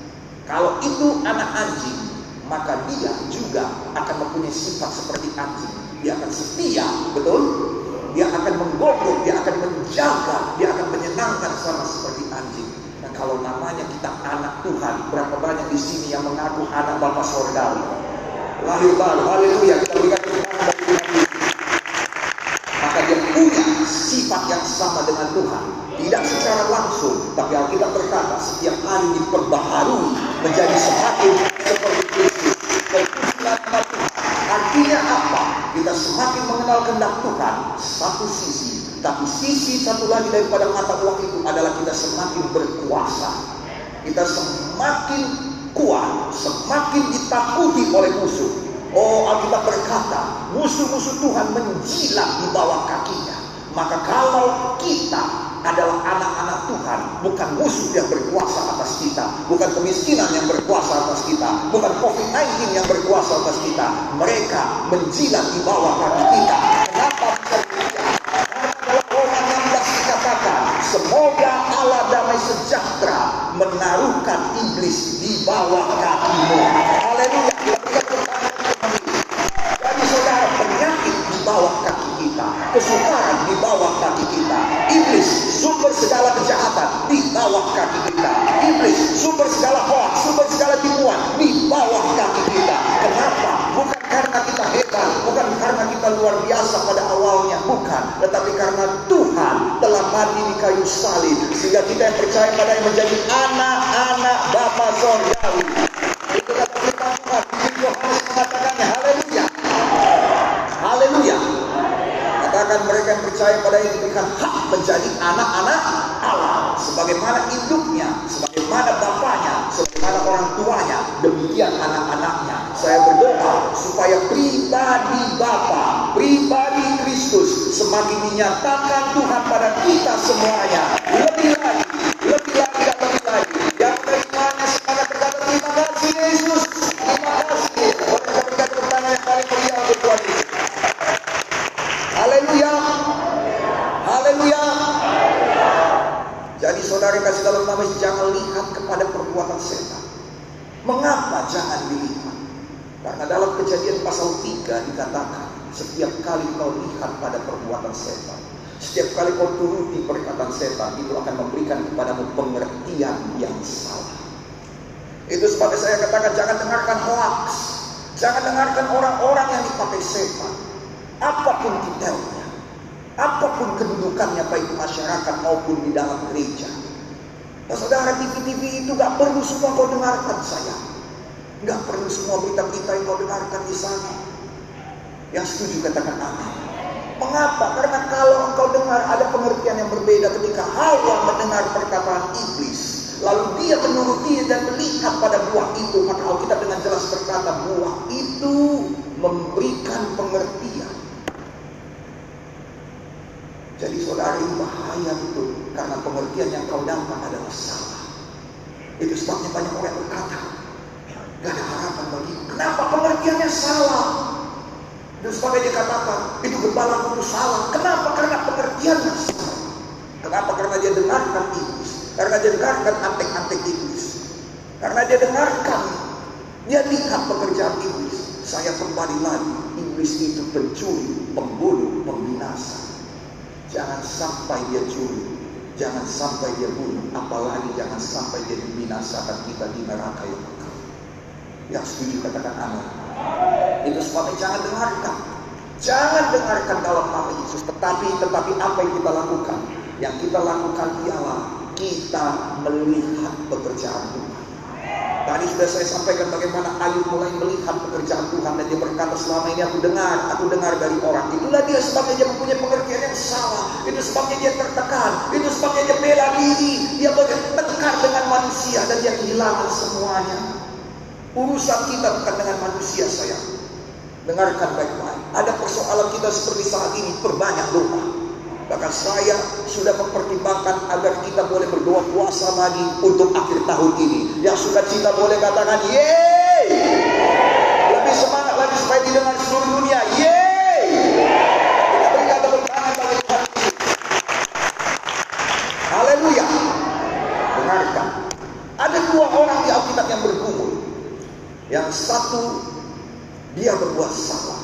Kalau itu anak anjing, maka dia juga akan mempunyai sifat seperti anjing. Dia akan setia, betul? Dia akan menggodok, dia akan menjaga, dia akan menyenangkan sama seperti anjing. Dan kalau namanya kita anak Tuhan, berapa banyak di sini yang mengaku anak Bapa Sorgawi? lahir baru. Haleluya, kita berikan tepuk tangan bagi Tuhan Yesus. Maka dia punya sifat yang sama dengan Tuhan. Tidak secara langsung, tapi Alkitab berkata setiap hari diperbaharui menjadi semakin seperti Kristus. Terpujilah nama Tuhan. Artinya apa? Kita semakin mengenal kehendak Tuhan, satu sisi. Tapi sisi satu lagi daripada mata uang itu adalah kita semakin berkuasa. Kita semakin kuat, semakin ditakuti oleh musuh. Oh, Alkitab berkata, musuh-musuh Tuhan menjilat di bawah kakinya. Maka kalau kita adalah anak-anak Tuhan, bukan musuh yang berkuasa atas kita, bukan kemiskinan yang berkuasa atas kita, bukan covid sembilan belas yang berkuasa atas kita. Mereka menjilat di bawah kaki kita. Kenapa bisa demikian? Karena dalam Roma enam belas dikatakan, semoga Allah damai sejahtera menaruhkan iblis di bawah kakimu. Haleluya. Jadi saudara, penyakit di bawah kaki kita, kesukaran di bawah kaki kita, iblis sumber segala kejahatan di bawah kaki kita, iblis sumber segala hoax, sumber segala tipuan di bawah kaki kita. Kenapa? Bukan karena kita hebat, bukan karena kita luar biasa pada awalnya, bukan, tetapi karena Tuhan telah mati di kayu salib, sehingga kita yang percaya padanya menjadi anak-anak Bapa Sorgawi. Itu kata firman Tuhan, Yohanes mengatakannya. Haleluya, haleluya. Katakan mereka yang percaya padanya diberikan hak menjadi anak-anak Allah, sebagaimana induknya, sebagaimana bapaknya, sebagaimana orang tuanya, demikian anak-anaknya. Saya berdoa supaya pribadi Bapa, pribadi Kristus semakin dinyatakan Tuhan pada kita semuanya. Lebih lagi, lebih lagi dan lebih lagi. Yang terimanya semangat berkata terima kasih Yesus, terima kasih. Boleh kita berikan tepuk tangan yang paling meriah untuk Tuhan Yesus. Haleluya, haleluya. Jadi saudara kasih dalam nama Yesus, jangan lihat kepada perbuatan setan. Mengapa jangan dilihat? Karena dalam Kejadian pasal tiga dikatakan, setiap kali kau lihat pada perbuatan setan, setiap kali kau turuti perkataan setan, itu akan memberikan kepadamu pengertian yang salah. Itu sebabnya saya katakan, jangan dengarkan hoax, jangan dengarkan orang-orang yang dipakai setan. Apapun titelnya, apapun kedudukannya, baik di masyarakat maupun di dalam gereja. Nah, saudara, T V-T V itu gak perlu semua kau dengarkan saya. Gak perlu semua berita-berita yang kau dengarkan di sana. Yang setuju katakan amin. Mengapa? Karena kalau engkau dengar ada pengertian yang berbeda ketika Hawa mendengar perkataan iblis, lalu dia menuruti dan melihat pada buah itu, maka Alkitab dengan jelas berkata buah itu memberikan pengertian. Jadi saudara, ini bahaya itu, karena pengertian yang kau dapat adalah salah. Itu sebabnya banyak orang berkata, gak ada harapan bagiku. Kenapa pengertiannya salah? Itu sebabnya dia katakan, itu gembala itu salah. Kenapa? Karena pengertiannya salah. Kenapa? Karena dia dengarkan iblis, karena dia dengarkan antek-antek iblis, karena dia dengarkan, dia lihat pekerjaan iblis. Saya kembali lagi, iblis itu pencuri, pembunuh, pembinasa. Jangan sampai dia curi, jangan sampai dia bunuh, apalagi jangan sampai dia membinasakan kita di neraka yang kekal. Yang setuju katakan amin. Itu sebabnya jangan dengarkan, jangan dengarkan dalam nama Yesus. Tetapi tetapi apa yang kita lakukan? Yang kita lakukan ialah kita melihat pekerjaan Tuhan. Tadi sudah saya sampaikan bagaimana Ayub mulai melihat pekerjaan Tuhan, dan dia berkata, selama ini aku dengar, aku dengar dari orang. Itulah dia sebabnya dia mempunyai pengertian yang salah. Itu sebabnya dia tertekan. Itu sebabnya dia bela diri. Dia bertengkar dengan manusia dan dia kehilangan semuanya. Urusan kita bukan dengan manusia, sayang. Dengarkan baik-baik. Ada persoalan kita seperti saat ini, perbanyak doa. Bahkan saya sudah mempertimbangkan agar kita boleh berdoa puasa lagi untuk akhir tahun ini. Yang suka cita boleh katakan yeay. Lebih semangat lagi supaya didengar seluruh dunia. Yeay. Kita berikan tepuk tangan bagi Tuhan Yesus. Haleluya. Dengarkan. Ada dua orang di Alkitab yang bergumul. Yang satu, dia berbuat salah.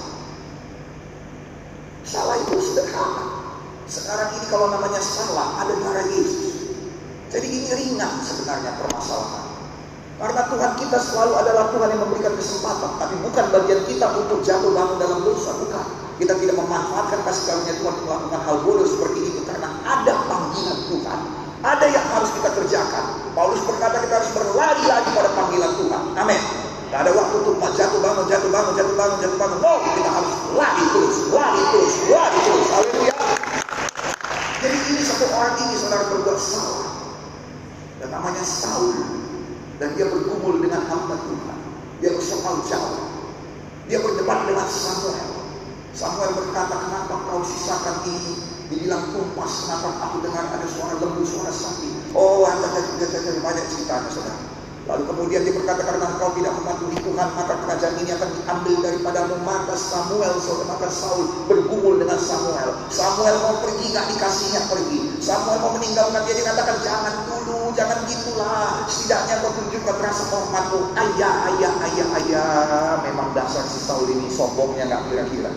Salah itu sederhana. Sekarang ini kalau namanya salah, ada darah Yesus. Jadi ini ringan sebenarnya permasalahan. Karena Tuhan kita selalu adalah Tuhan yang memberikan kesempatan. Tapi bukan bagian kita untuk jatuh bangun dalam dosa. Bukan. Kita tidak memanfaatkan kasih karunia Tuhan untuk melakukan hal bodoh seperti itu. Karena ada panggilan Tuhan. Ada yang harus kita kerjakan. Paulus berkata kita harus berlari lagi pada panggilan Tuhan. Amin. Tidak ada waktu untuk jatuh bangun, jatuh bangun, jatuh bangun, jatuh bangun. No, kita harus lari terus, lari terus, lari terus. Haleluya. Jadi ini satu orang ini saudara berbuat salah. Dan namanya Saul. Dan dia bergumul dengan hamba Tuhan. Dia bersoal jauh. Dia berdebat dengan Samuel. Samuel berkata, kenapa kau sisakan ini? Dibilang tumpas, kenapa aku dengar ada suara lembu, suara sapi. Oh, anda jadi banyak ceritanya saudara. Lalu kemudian dia berkata, karena engkau tidak mematuhi Tuhan, maka kerajaan ini akan diambil daripadamu. Maka Samuel, saudara, maka Saul bergumul dengan Samuel. Samuel mau pergi, gak dikasihnya pergi. Samuel mau meninggalkan dia, dia katakan, jangan dulu, jangan gitulah. Setidaknya kau tunjukkan rasa hormatmu. Ayah, ayah, ayah, ayah. Memang dasar si Saul ini sombongnya gak kira-kira.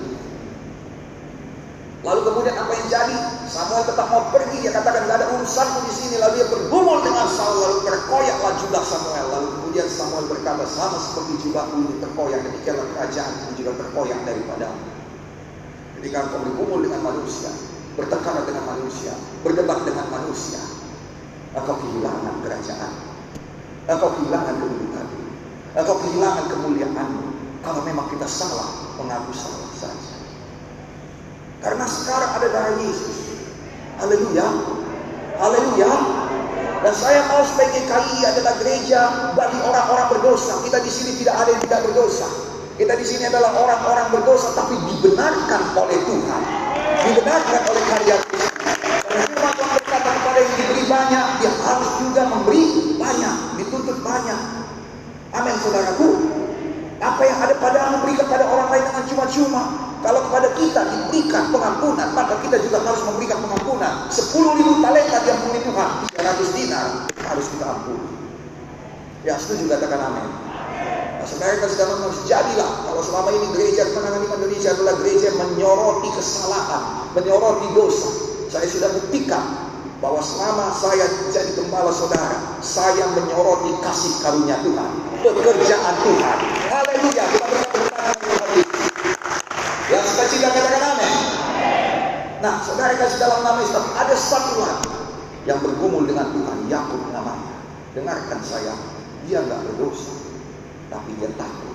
Lalu kemudian apa yang jadi? Samuel tetap mau pergi. Dia katakan tidak ada urusanku di sini. Lalu dia bergumul dengan Saul. Lalu terkoyaklah jubah Samuel. Lalu kemudian Samuel berkata, sama seperti jubahku ini terkoyak, demikianlah kerajaan juga terkoyak daripadamu. Ketika engkau bergumul dengan manusia, bertengkar dengan manusia, berdebat dengan manusia, engkau kehilangan kerajaan, engkau kehilangan kedudukanmu, engkau kehilangan kemuliaanmu. Kalau memang kita salah, mengaku salah saja. Karena sekarang ada darah Yesus. Haleluya. Haleluya. Dan saya mau supaya G K I adalah gereja bagi orang-orang berdosa. Kita di sini tidak ada yang tidak berdosa. Kita di sini adalah orang-orang berdosa tapi dibenarkan oleh Tuhan. Dibenarkan oleh karya Tuhan. Dan firman Tuhan berkata kepada yang diberi banyak, dia harus juga memberi banyak, dituntut banyak. Amin saudaraku. Apa yang ada padamu berikan pada orang lain dengan cuma-cuma. Kalau kepada kita diberikan pengampunan, maka kita juga harus memberikan pengampunan. Sepuluh ribu talenta diampuni Tuhan, tiga ratus dinar harus kita ampuni. Ya, setuju katakan amin. Nah, saudara kasih dalam harus jadilah. Kalau selama ini gereja Kemenangan Iman Indonesia adalah gereja yang menyoroti kesalahan, menyoroti dosa. Saya sudah buktikan bahwa selama saya jadi gembala saudara, saya menyoroti kasih karunia Tuhan, pekerjaan Tuhan. Haleluya. Kita berkata yang sukacita katakan amin. Nah, saudara kasih dalam nama Yesus, ada satu lagi yang bergumul dengan Tuhan, Yakub namanya. Dengarkan saya, dia nggak berdosa, tapi dia takut.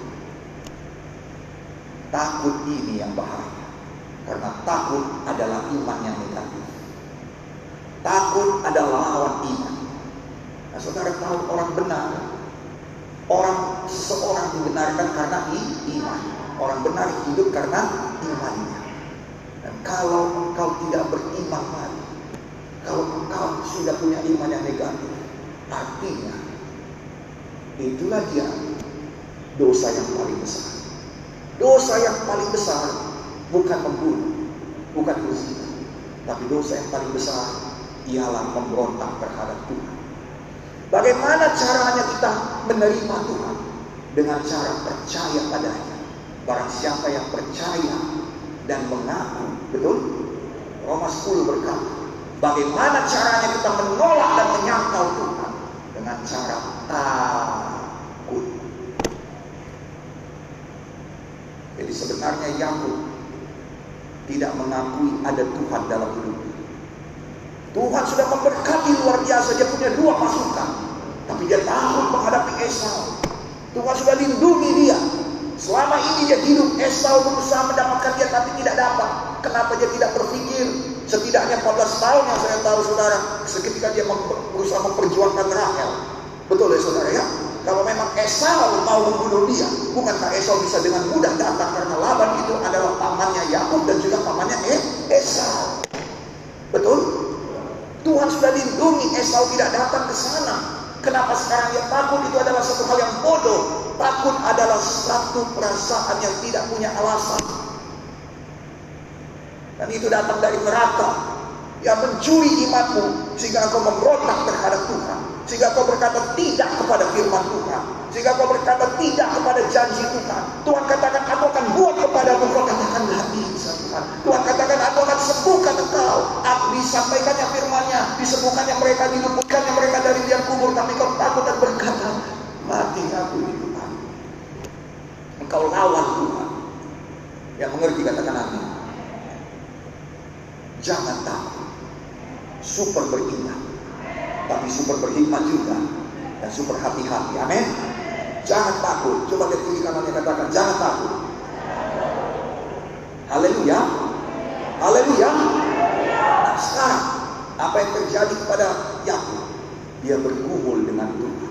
Takut ini yang bahaya, karena takut adalah iman yang negatif. Takut adalah lawan iman. Nah, saudara tahu orang benar, orang seseorang dibenarkan karena iman. Orang benar hidup karena imannya. Dan kalau engkau tidak beriman lagi, kalau engkau sudah punya iman yang negatif, artinya itulah dia dosa yang paling besar. Dosa yang paling besar bukan membunuh, bukan berzina, tapi dosa yang paling besar ialah memberontak terhadap Tuhan. Bagaimana caranya kita menerima Tuhan? Dengan cara percaya padanya. Barang siapa yang percaya dan mengaku, betul? Roma sepuluh berkata, bagaimana caranya kita menolak dan menyangkal Tuhan? Dengan cara takut. Jadi sebenarnya Yakub tidak mengakui ada Tuhan dalam hidupnya. Tuhan sudah memberkati luar biasa, dia punya dua pasukan, tapi dia takut menghadapi Esau. Tuhan sudah lindungi dia. Selama ini dia hidup, Esau berusaha mendapatkan dia tapi tidak dapat. Kenapa dia tidak berpikir? Setidaknya empat belas tahun yang saya tahu saudara, seketika dia berusaha memperjuangkan Rahel. Betul ya saudara ya? Kalau memang Esau mau membunuh dia, bukankah Esau bisa dengan mudah datang? Karena Laban itu adalah pamannya Yakub dan juga pamannya Esau. Betul? Tuhan sudah lindungi, Esau tidak datang ke sana. Kenapa sekarang dia takut? Itu adalah satu hal yang bodoh. Takut adalah satu perasaan yang tidak punya alasan. Dan itu datang dari neraka yang mencuri imanmu, sehingga engkau memberontak terhadap Tuhan, sehingga engkau berkata tidak kepada firman Tuhan, sehingga engkau berkata tidak kepada janji Tuhan. Tuhan katakan aku akan buat kepadamu, engkau katakan tidak bisa Tuhan. Tuhan katakan aku akan sembuhkan engkau. Aku disampaikannya firman-Nya, disembuhkannya mereka, diluputkannya mereka dari liang kubur, tapi kau takut dan berkata Mati aku ini Tuhan. Engkau lawan Tuhan. Yang mengerti katakan amin. Jangan takut. Super beriman, tapi super berhikmat juga, dan super hati-hati. Amin. Jangan takut. Coba lihat kiri kanannya, katakan jangan takut. Haleluya. Haleluya. Nah, sekarang apa yang terjadi kepada Yakub? Dia bergumul dengan Tuhan.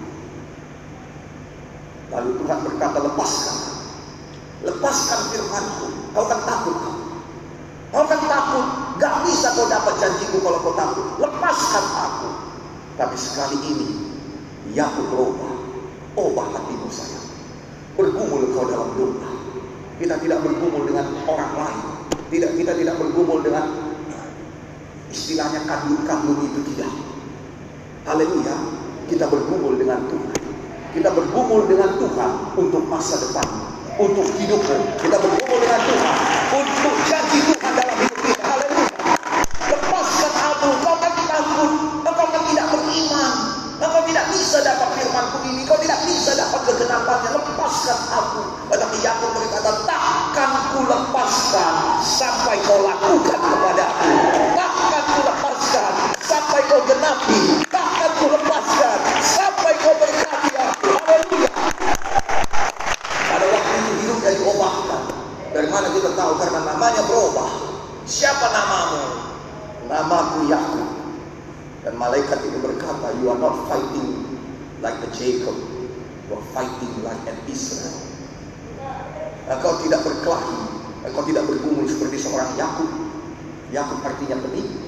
Lalu Tuhan berkata, lepaskan. Lepaskan firman-Ku. Kau kan takut. Kau kan takut. Gak bisa kau dapat janjiku kalau kau takut. Lepaskan aku. Tapi sekali ini Yakub berubah. Ubah hatimu sayang. Bergumul kau dalam doa. Kita tidak bergumul dengan orang lain. Tidak, kita tidak bergumul dengan istilahnya kandung-kandung itu, tidak. Haleluya. Kita bergumul dengan Tuhan. Kita bergumul dengan Tuhan untuk masa depan, untuk hidupmu. Kita bergumul dengan Tuhan untuk janji Tuhan dalam hidup kita. Haleluya. Lepaskan aku. Kau kan takut. Kau kan tidak beriman. Kau tidak bisa dapat firman-Ku ini. Kau tidak bisa dapat kegenapannya. Lepaskan aku. Tetapi Yakub berkata, takkan ku lepaskan sampai kau lakukan kepadaku. Takkan ku lepaskan sampai kau genapi. Takkan ku lepaskan sampai kau berkati aku. Haleluya. Pada waktu itu hidupnya diubahkan. Dari mana kita tahu? Karena namanya berubah. Siapa namamu? Namaku Yakub. Dan malaikat itu berkata, you are not fighting like a Jacob, you are fighting like an Israel. Engkau tidak berkelahi, engkau tidak bergumul seperti seorang Yakub. Yakub artinya penipu.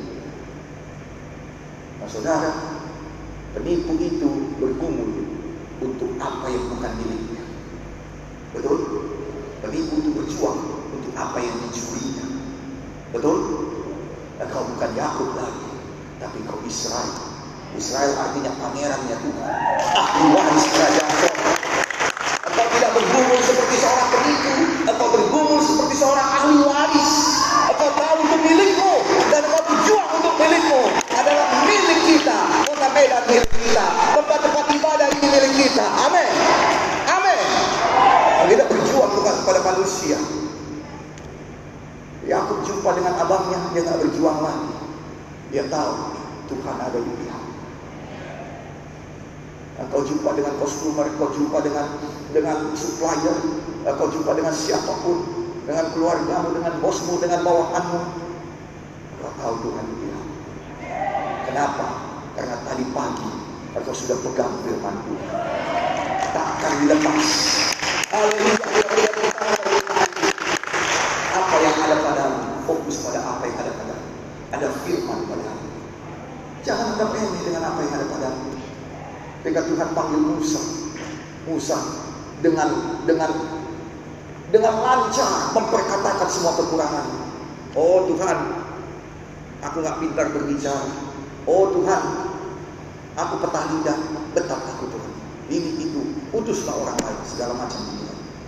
Nah saudara, penipu itu bergumul untuk apa yang bukan miliknya. Betul? Penipu itu berjuang untuk apa yang dicurinya. Betul? Engkau bukan Yakub lagi, tapi kau Israel. Israel artinya pangerannya Tuhan, ahli waris kerajaan Tuhan. Engkau tidak bergumul seperti seorang penipu. Engkau bergumul seperti seorang ahli waris. Engkau tahu untuk milikmu, dan engkau berjuang untuk milikmu. Adalah milik kita. Kota Medan milik kita. Tempat-tempat ibadah ini milik kita. Amin. Amin. Kita berjuang bukan kepada manusia. Yakub jumpa dengan abangnya, dia tak berjuang lagi. Dia tahu Tuhan ada di pihak. Kau jumpa dengan customer, kau jumpa dengan dengan supplier, kau jumpa dengan siapapun, dengan keluargamu, dengan bosmu, dengan bawahanmu. Kau tahu Tuhan di pihak. Kenapa? Karena tadi pagi kau sudah pegang firman Tuhan. Takkan dilepas. Haleluya. Apa yang ada padamu, fokus pada apa yang ada padamu. Ada firman padamu. Jangan anggap remeh dengan apa yang ada padamu. Ketika Tuhan panggil Musa, Musa dengan dengan dengan lancar memperkatakan semua kekurangan. Oh Tuhan, aku nggak pintar berbicara. Oh Tuhan, aku petah lidah, betap aku Tuhan. Ini itu, utuslah orang lain, segala macam itu.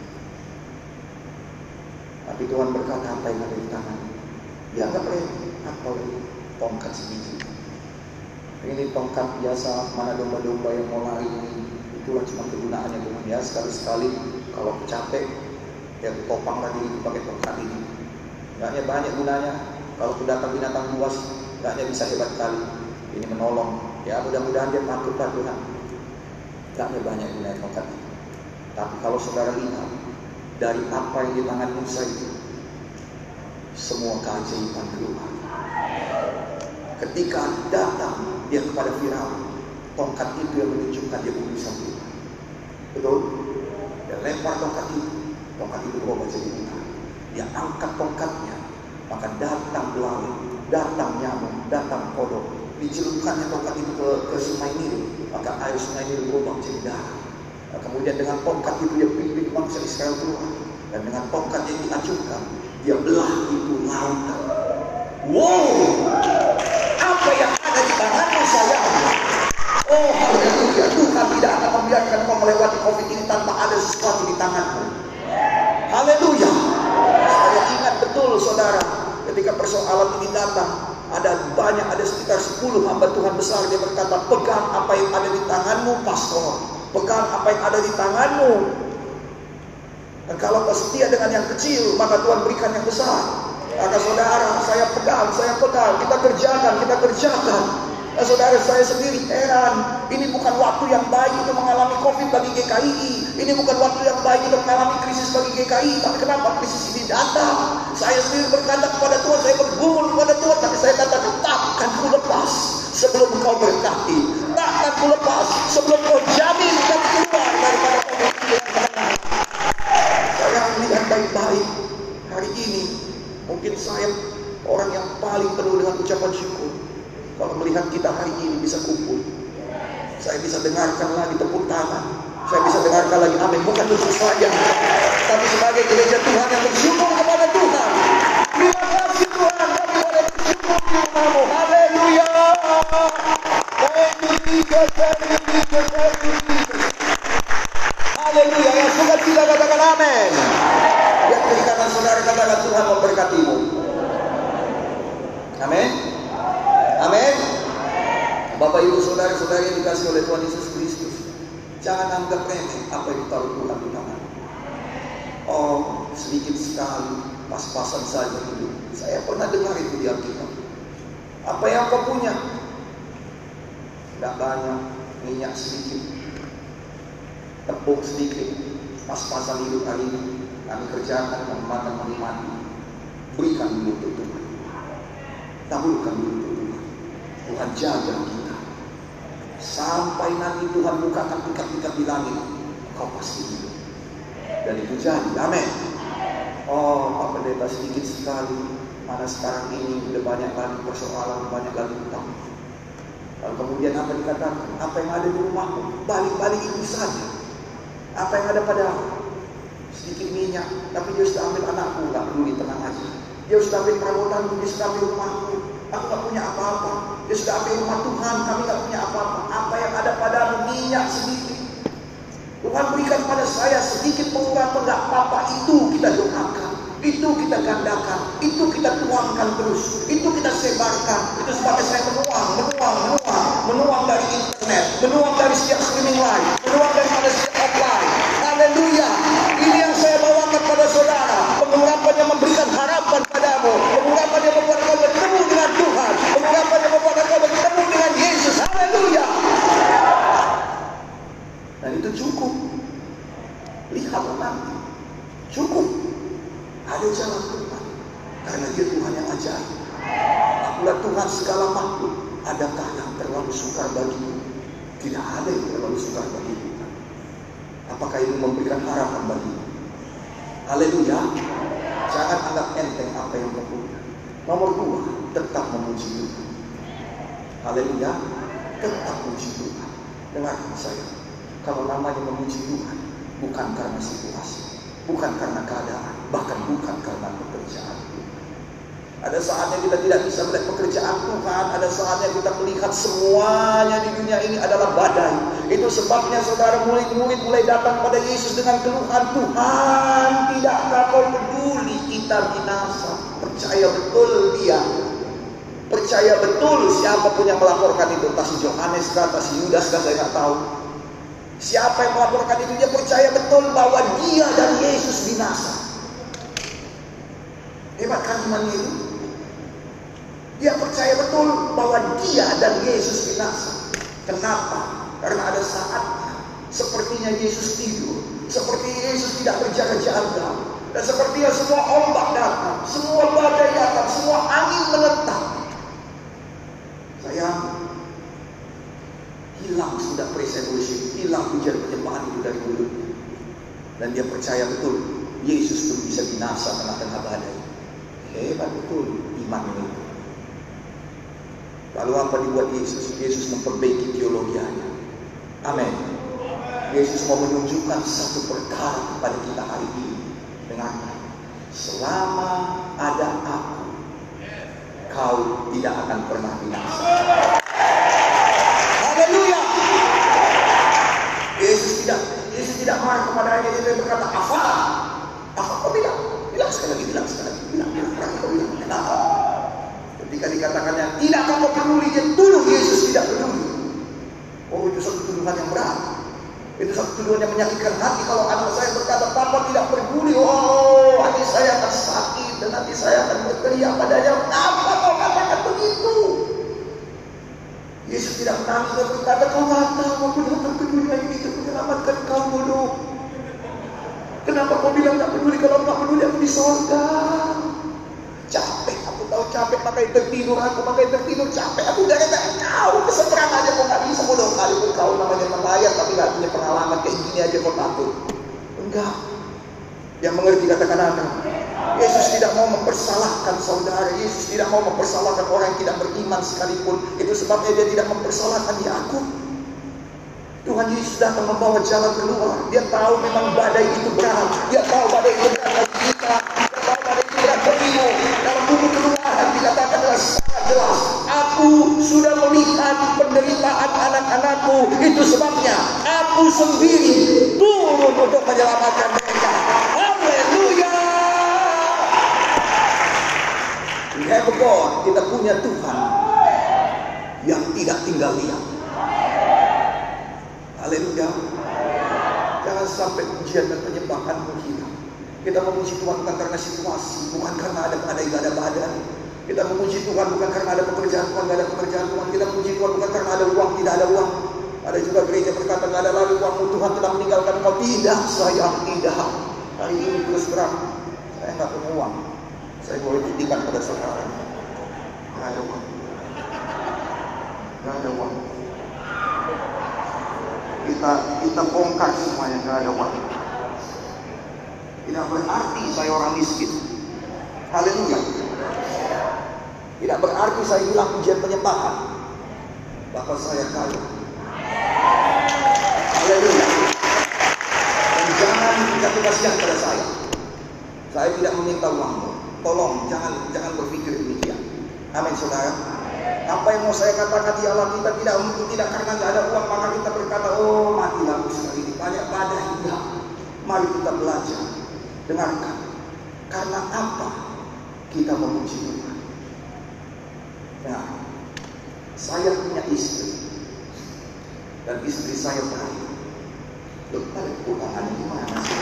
Tapi Tuhan berkata, apa yang ada di tangan? Dianggap remeh, apa ini? Tongkat sebiji. Ini tongkat biasa, mana domba-domba yang mau lari. Itulah cuma kegunaannya Tuhan ya. Sekali-sekali kalau capek, ya ditopang lagi pakai tongkat ini. Enggaknya banyak gunanya. Kalau datang binatang buas, enggaknya bisa hebat kali. Ini menolong. Ya mudah-mudahan dia takutlah Tuhan. Enggaknya banyak gunanya tongkat ini. Tapi kalau saudara lihat dari apa yang di tangan Musa itu, semua keajaiban keluar. Ketika datang dia kepada Firaun, tongkat itu yang menunjukkan dia utusan Tuhan. Betul? Dia lempar tongkat itu, tongkat itu berubah jadi ular. Dia angkat tongkatnya, maka datang laut, datang nyamuk, datang kodok. Dicelupkannya tongkat itu ke, ke sungai Nil, maka air sungai Nil berubah menjadi darah. Nah, kemudian dengan tongkat itu dia pimpin bangsa Israel keluar, dan dengan tongkat yang diacungkan, dia belah itu lautan. Wow! Apa yang ada di tanganmu sayang? Oh haleluya, Tuhan tidak akan membiarkan kau melewati COVID ini tanpa ada sesuatu di tanganmu. Haleluya. Saya ingat betul saudara, ketika persoalan ini datang, ada banyak, ada sekitar sepuluh hamba Tuhan besar. Dia berkata, pegang apa yang ada di tanganmu pastor. Pegang apa yang ada di tanganmu. Dan kalau kau setia dengan yang kecil, maka Tuhan berikan yang besar. Maka saudara, saya pegang, saya pegang, kita kerjakan, kita kerjakan. Nah, saudara, saya sendiri heran. Ini bukan waktu yang baik untuk mengalami COVID bagi G K I I. Ini bukan waktu yang baik untuk mengalami krisis bagi G K I I. Tapi kenapa krisis ini datang? Saya sendiri berkata kepada Tuhan, saya bergumul kepada Tuhan, tapi saya katakan, takkan ku lepas sebelum kau berkati. Takkan ku lepas sebelum kau jamin kau keluar daripada kondisi yang benar. Saya melihat baik-baik hari ini. Mungkin saya orang yang paling penuh dengan ucapan syukur. Kalau melihat kita hari ini bisa kumpul, saya bisa dengarkan lagi tepuk tangan, saya bisa dengarkan lagi amin. Bukan khusus saja, tapi sebagai gereja Tuhan yang bersyukur kepada Tuhan. Terima kasih Tuhan, kami boleh bersyukur di rumah-Mu. Haleluya. Thank you Jesus, thank you Jesus, thank you Jesus. Haleluya. Yang suka kita katakan amin. Biar kiri kanan saudara katakan Tuhan memberkatimu. Amin. Amin. Bapak ibu saudara-saudara yang dikasih oleh Tuhan Yesus Kristus, jangan anggap remeh apa yang taruh Tuhan di tangan. Oh, sedikit sekali, pas-pasan saja hidup. Saya pernah dengar itu di Alkitab. Apa yang kau punya? Tidak banyak, minyak sedikit, tepung sedikit, pas-pasan hidup hari ini. Kami kerjakan, kami makan, kami mandi. Berikan dulu untuk Tuhan. Tabulkan dulu untuk Tuhan. Tuhan jaga kita. Sampai nanti Tuhan bukakan tingkat-tingkat di langit, kau pasti hidup. Dan itu jadi. Amin. Oh, Pak Pendeta, sedikit sekali. Mana sekarang ini udah banyak lagi persoalan, banyak lagi utang. Lalu kemudian apa dikatakan? Apa yang ada di rumahmu? Balik-balik itu saja. Apa yang ada pada sedikit minyak, tapi dia sudah ambil anakku, nggak peduli, tenang aja. Dia sudah ambil perabotanku, dia sudah ambil rumahku. Aku nggak punya apa-apa. Dia sudah ambil rumah Tuhan, kami nggak punya apa-apa. Apa yang ada padamu minyak sedikit. Tuhan berikan pada saya sedikit pengurapan, nggak apa-apa. Itu kita doakan, itu kita gandakan, itu kita tuangkan terus, itu kita sebarkan. Itu sebabnya saya menuang, menuang, menuang, menuang dari internet, menuang dari setiap streaming live, menuang daripada setiap offline. Haleluya. Ini yang saya bawakan pada saudara. Pengurapan yang memberikan harapan padamu, pengurapan yang membuat kau bertemu dengan Tuhan, pengurapan yang membuat kau bertemu dengan Yesus. Haleluya. Dan itu cukup. Lihatlah nanti, cukup. Ada jalan Tuhan, karena Dia Tuhan yang ajaib. Akulah Tuhan segala makhluk. Adakah yang terlalu sukar bagimu? Tidak ada yang terlalu sukar bagimu. Apakah ini memberikan harapan bagimu? Haleluya. Jangan anggap enteng apa yang kau punya. Nomor dua, tetap memuji Tuhan. Haleluya. Tetap memuji Tuhan. Dengarkan saya. Kalau namanya memuji Tuhan, bukan karena situasi, bukan karena keadaan, bahkan bukan karena pekerjaan. Ada saatnya kita tidak bisa melihat pekerjaan Tuhan. Ada saatnya kita melihat semuanya di dunia ini adalah badai. Itu sebabnya saudara murid-murid mulai datang pada Yesus dengan keluhan, Tuhan, tidakkah kau peduli kita binasa? Percaya betul dia. Percaya betul siapapun yang melaporkan itu. Entah si Yohanes kah, entah si Yudas kah, saya nggak tahu. Siapa yang melaporkan itu, dia percaya betul bahwa dia dan Yesus binasa. Hebat kan imannya itu? Dia percaya betul bahwa dia dan Yesus binasa. Kenapa? Karena ada saatnya sepertinya Yesus tidur, seperti Yesus tidak berjaga-jaga, dan sepertinya semua ombak datang, semua badai datang, semua angin menentang. Sayang, hilang sudah praise and worship, hilang pujian penyembahan itu dari mulutnya. Dan dia percaya betul Yesus pun bisa binasa tengah-tengah badai. Hebat betul iman ini. Lalu apa dibuat Yesus? Yesus memperbaiki teologianya. Amin. Yesus mau menunjukkan satu perkara kepada kita hari ini. Dengarkan. Selama ada aku, kau tidak akan pernah binasa. Haleluya. Yesus tidak Yesus tidak marah kepadanya. Dia berkata, apa? Apa kau bilang? Bilang sekali lagi, bilang sekali lagi, bilang, bilang, bilang, kau bilang. Kenapa? Ketika dikatakannya, tidak kau peduli, dia tuduh Yesus tidak peduli. Oh, itu satu tuduhan yang berat. Itu satu tuduhan yang menyakitkan hati. Kalau anak saya berkata, Papa tidak peduli, oh hati saya akan sakit dan hati saya akan berteriak padanya. Kenapa kau katakan begitu? Yesus tidak menangis dan berkata, kau nggak tahu aku datang ke dunia ini untuk menyelamatkan kau, bodoh. Kenapa kau bilang nggak peduli? Kalau nggak peduli aku di surga. Capek, aku tahu capek, makanya tertidur aku, makanya tertidur capek. Aku udah kata kau keseberang aja kau nggak bisa, bodoh kali pun kau namanya melayar tapi nggak punya pengalaman kayak gini aja kau takut. Enggak. Yang mengerti katakan amin. Yesus tidak mau mempersalahkan saudara. Yesus tidak mau mempersalahkan orang yang tidak beriman sekalipun. Itu sebabnya dia tidak mempersalahkan Yakub. Tuhan Yesus datang membawa jalan keluar. Dia tahu memang badai itu berat. Dia tahu badai itu berat bagi kita. Dia tahu badai itu berat bagimu. Dalam buku Keluaran dikatakan dengan sangat jelas, aku sudah melihat penderitaan anak-anakku. Itu sebabnya aku sendiri turun untuk menyelamatkan mereka. Haleluya. We have a God. Kita punya Tuhan yang tidak tinggal diam. Haleluya. Jangan sampai pujian dan penyembahanmu hilang. Kita memuji Tuhan bukan karena situasi, bukan karena ada ada ada badan. Kita memuji Tuhan bukan karena ada pekerjaan, bukan ada pekerjaan Tuhan. Kita memuji Tuhan bukan karena ada uang, tidak ada uang. Ada juga gereja berkata tidak ada lagi uangmu, Tuhan telah meninggalkan kau. Tidak, sayang, tidak. Hari ini terus terang, saya nggak punya uang. Saya boleh buktikan pada saudara. Nggak ada uang. Nggak ada uang. Kita kita bongkar semuanya, nggak ada uang. Tidak berarti saya orang miskin. Haleluya. Tidak berarti saya hilang pujian penyembahan. Bahkan saya kaya. Haleluya. Dan jangan jatuh kasihan pada saya. Saya tidak meminta uangmu. Tolong jangan jangan berpikir demikian. Amin saudara. Apa yang mau saya katakan di Allah kita tidak mungkin tidak karena tidak ada uang maka kita berkata oh mati lalu sekali ini banyak badai. Tidak. Mari kita belajar. Dengarkan. Karena apa kita memuji Tuhan? Nah, saya punya istri dan istri saya baik. Loh, ada kekurangannya gimana sih?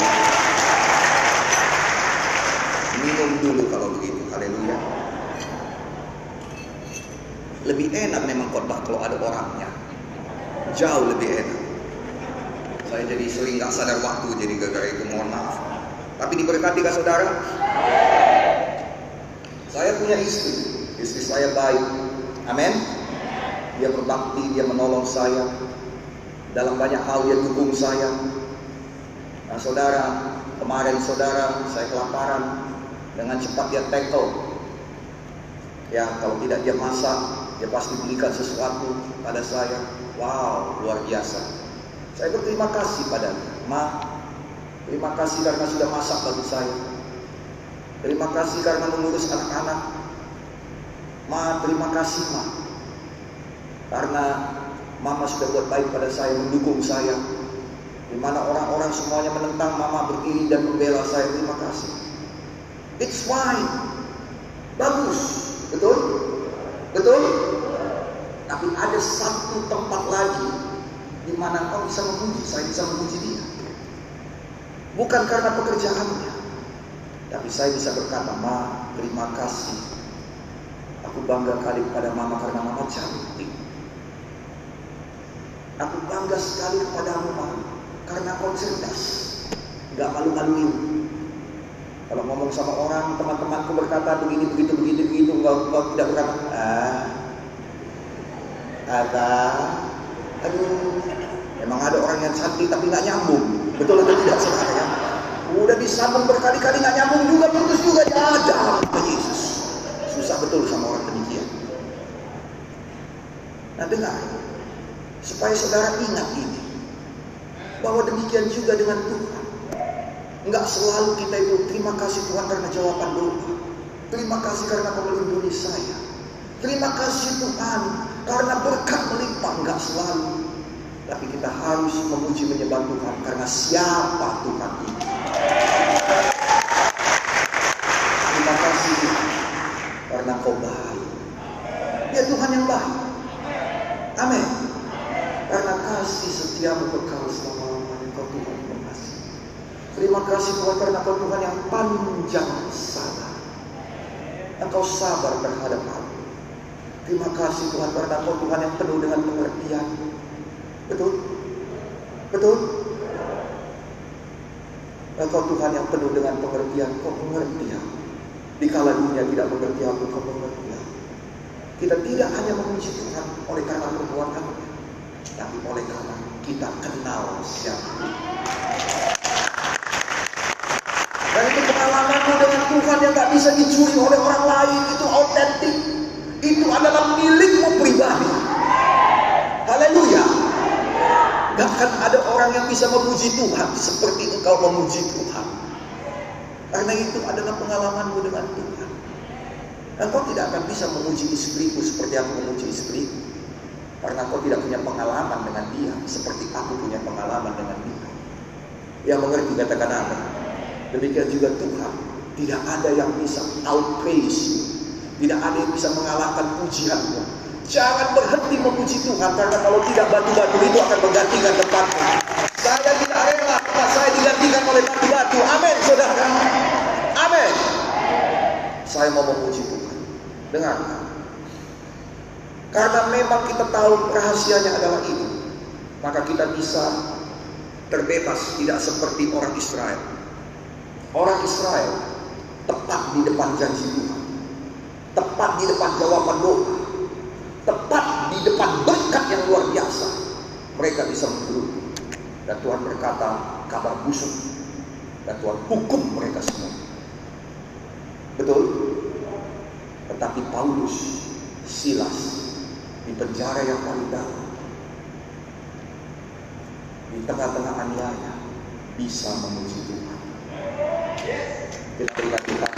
Minum dulu kalau begitu. Haleluya. Lebih enak memang khotbah kalau ada orangnya. Jauh lebih enak. Saya jadi sering gak sadar waktu jadi gara-gara itu, mohon maaf. Tapi diberkati kah saudara? Saya punya istri. Istri saya baik. Amin. Dia berbakti, dia menolong saya. Dalam banyak hal dia dukung saya. Nah saudara, kemarin saudara saya kelaparan. Dengan cepat dia tackle. Ya kalau tidak dia masak, dia pasti belikan sesuatu pada saya. Wow, luar biasa. Saya berterima kasih padanya. Ma, terima kasih karena sudah masak bagi saya. Terima kasih karena mengurus anak-anak. Ma, terima kasih Ma. Karena Mama sudah buat baik pada saya, mendukung saya. Di mana orang-orang semuanya menentang, Mama berdiri dan membela saya. Terima kasih. It's fine. Bagus. Betul? Betul? Tapi ada satu tempat lagi di mana kau bisa memuji, saya bisa memuji dia. Bukan karena pekerjaannya, tapi saya bisa berkata, Ma, terima kasih. Aku bangga kali kepada Mama karena Mama cantik. Aku bangga sekali kepadamu, Ma, karena kau cerdas, gak malu-maluin. Kalau ngomong sama orang, teman-temanku berkata begini, begitu, begitu, begitu, enggak, enggak tidak berkata, ah, ada, aduh, memang ada orang yang cantik tapi nggak nyambung, betul atau tidak saudara ya? Udah disambung berkali-kali nggak nyambung juga, putus juga, ya ada, Yesus, susah betul sama orang demikian. Nah dengar, supaya saudara ingat ini, bahwa demikian juga dengan Tuhan. Enggak selalu kita itu terima kasih Tuhan karena jawaban doa. Terima kasih karena kau melindungi saya. Terima kasih Tuhan karena berkat melimpah. Enggak selalu. Tapi kita harus memuji menyembah Tuhan karena siapa Tuhan itu. Terima kasih Tuhan karena kau baik. Dia Tuhan yang baik. Amin. Karena kasih kasih setiamu kekal selama-lamanya. Engkau Tuhan pengasih. Terima kasih Tuhan karena Engkau Tuhan yang panjang sabar. Engkau sabar terhadap aku. Terima kasih Tuhan karena Engkau Tuhan yang penuh dengan pengertian. Betul? Betul? Engkau Tuhan yang penuh dengan pengertian. Kau mengerti aku. Dikala dunia tidak mengerti aku, Kau mengerti aku. Kita tidak hanya memuji Tuhan oleh karena perbuatannya, tapi oleh karena kita kenal siapa. Dan itu pengalamanmu dengan Tuhan yang gak bisa dicuri oleh orang lain. Itu autentik. Itu adalah milikmu pribadi. Haleluya. Gak akan ada orang yang bisa memuji Tuhan seperti engkau memuji Tuhan. Karena itu adalah pengalamanmu dengan Tuhan. Engkau tidak akan bisa memuji istriku seperti aku memuji istriku. Karena engkau tidak punya pengalaman dengan dia seperti aku punya pengalaman dengan dia. Yang mengerti katakan amin. Demikian juga Tuhan. Tidak ada yang bisa outpraise you. Tidak ada yang bisa mengalahkan pujianmu. Jangan berhenti memuji Tuhan, karena kalau tidak batu-batu itu akan menggantikan tempatmu. Saya tidak rela tempat saya digantikan oleh batu-batu. Amin saudara. Amin. Saya mau memuji Tuhan. Dengar. Karena memang kita tahu rahasianya adalah ini, maka kita bisa terbebas, tidak seperti orang Israel. Orang Israel tepat di depan janji Tuhan, tepat di depan jawaban doa, tepat di depan berkat yang luar biasa. Mereka bisa menggerutu. Dan Tuhan berkata kabar busuk, dan Tuhan hukum mereka semua. Betul? Tetapi Paulus, Silas di penjara yang paling dalam, di tengah-tengah aniaya, bisa memuji Tuhan. Kita berikan Tuhan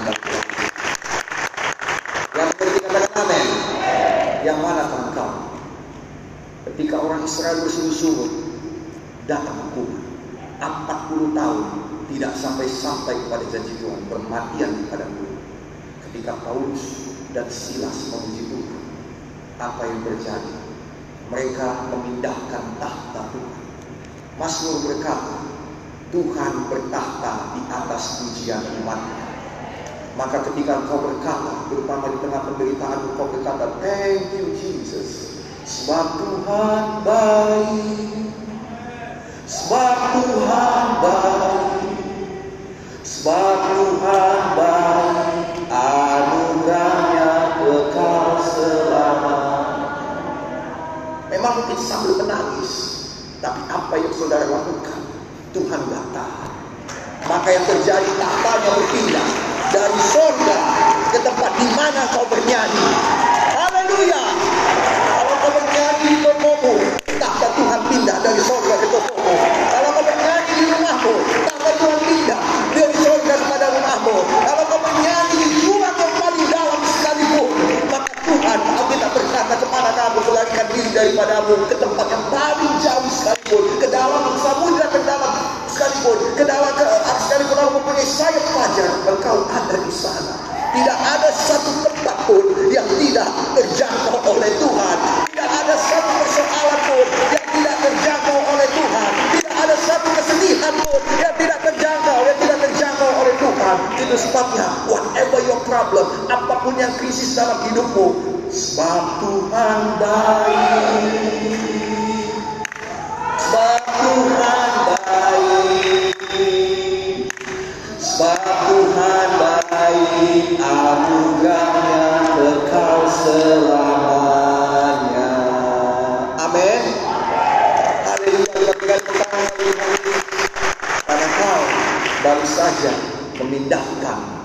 yang berikan amin. Yang mana engkau? Ketika orang Israel bersungut-sungut, datang hukuman empat puluh tahun tidak sampai-sampai kepada janji Tuhan, bermatian di padang gurun. Ketika Paulus dan Silas memuji Tuhan, apa yang terjadi? Mereka memindahkan tahta Tuhan. Mazmur berkata, Tuhan bertahta di atas pujian umatnya. Maka ketika engkau berkata, terutama di tengah penderitaan, engkau berkata, thank you Jesus, sebab Tuhan baik, sebab Tuhan baik, sebab Tuhan baik, anugerahnya kekal selamanya. Memang mungkin sambil menangis, tapi apa yang saudara lakukan, Tuhan gak tahan. Maka yang terjadi, tahtanya berpindah dari surga ke tempat di mana kau bernyanyi. Haleluya. Kalau kau bernyanyi di tokomu, tahta Tuhan pindah dari surga ke tokomu. Kalau kau bernyanyi di rumahmu, tahta Tuhan pindah dari surga kepada rumahmu. Kalau kau bernyanyi di rumah yang paling dalam sekalipun, maka Tuhan, Alkitab berkata, kemana kamu melarikan diri daripadamu, ke tempat yang paling jauh sekalipun, ke dalam samudra terdalam sekalipun, ke dalam ke sekalipun aku mempunyai sayap fajar, engkau ada di sana. Tidak ada satu tempat pun yang tidak terjangkau oleh Tuhan. Tidak ada satu persoalan pun yang tidak terjangkau oleh Tuhan. Tidak ada satu kesedihan pun yang tidak terjangkau, yang tidak terjangkau oleh Tuhan. Itu sebabnya, whatever your problem, apapun yang krisis dalam hidupmu, sebab Tuhan baik, sebab Tuhan baik, sebab Tuhan baik, anugerahnya kekal selamanya. Amin. Haleluya. Karena kau baru saja memindahkan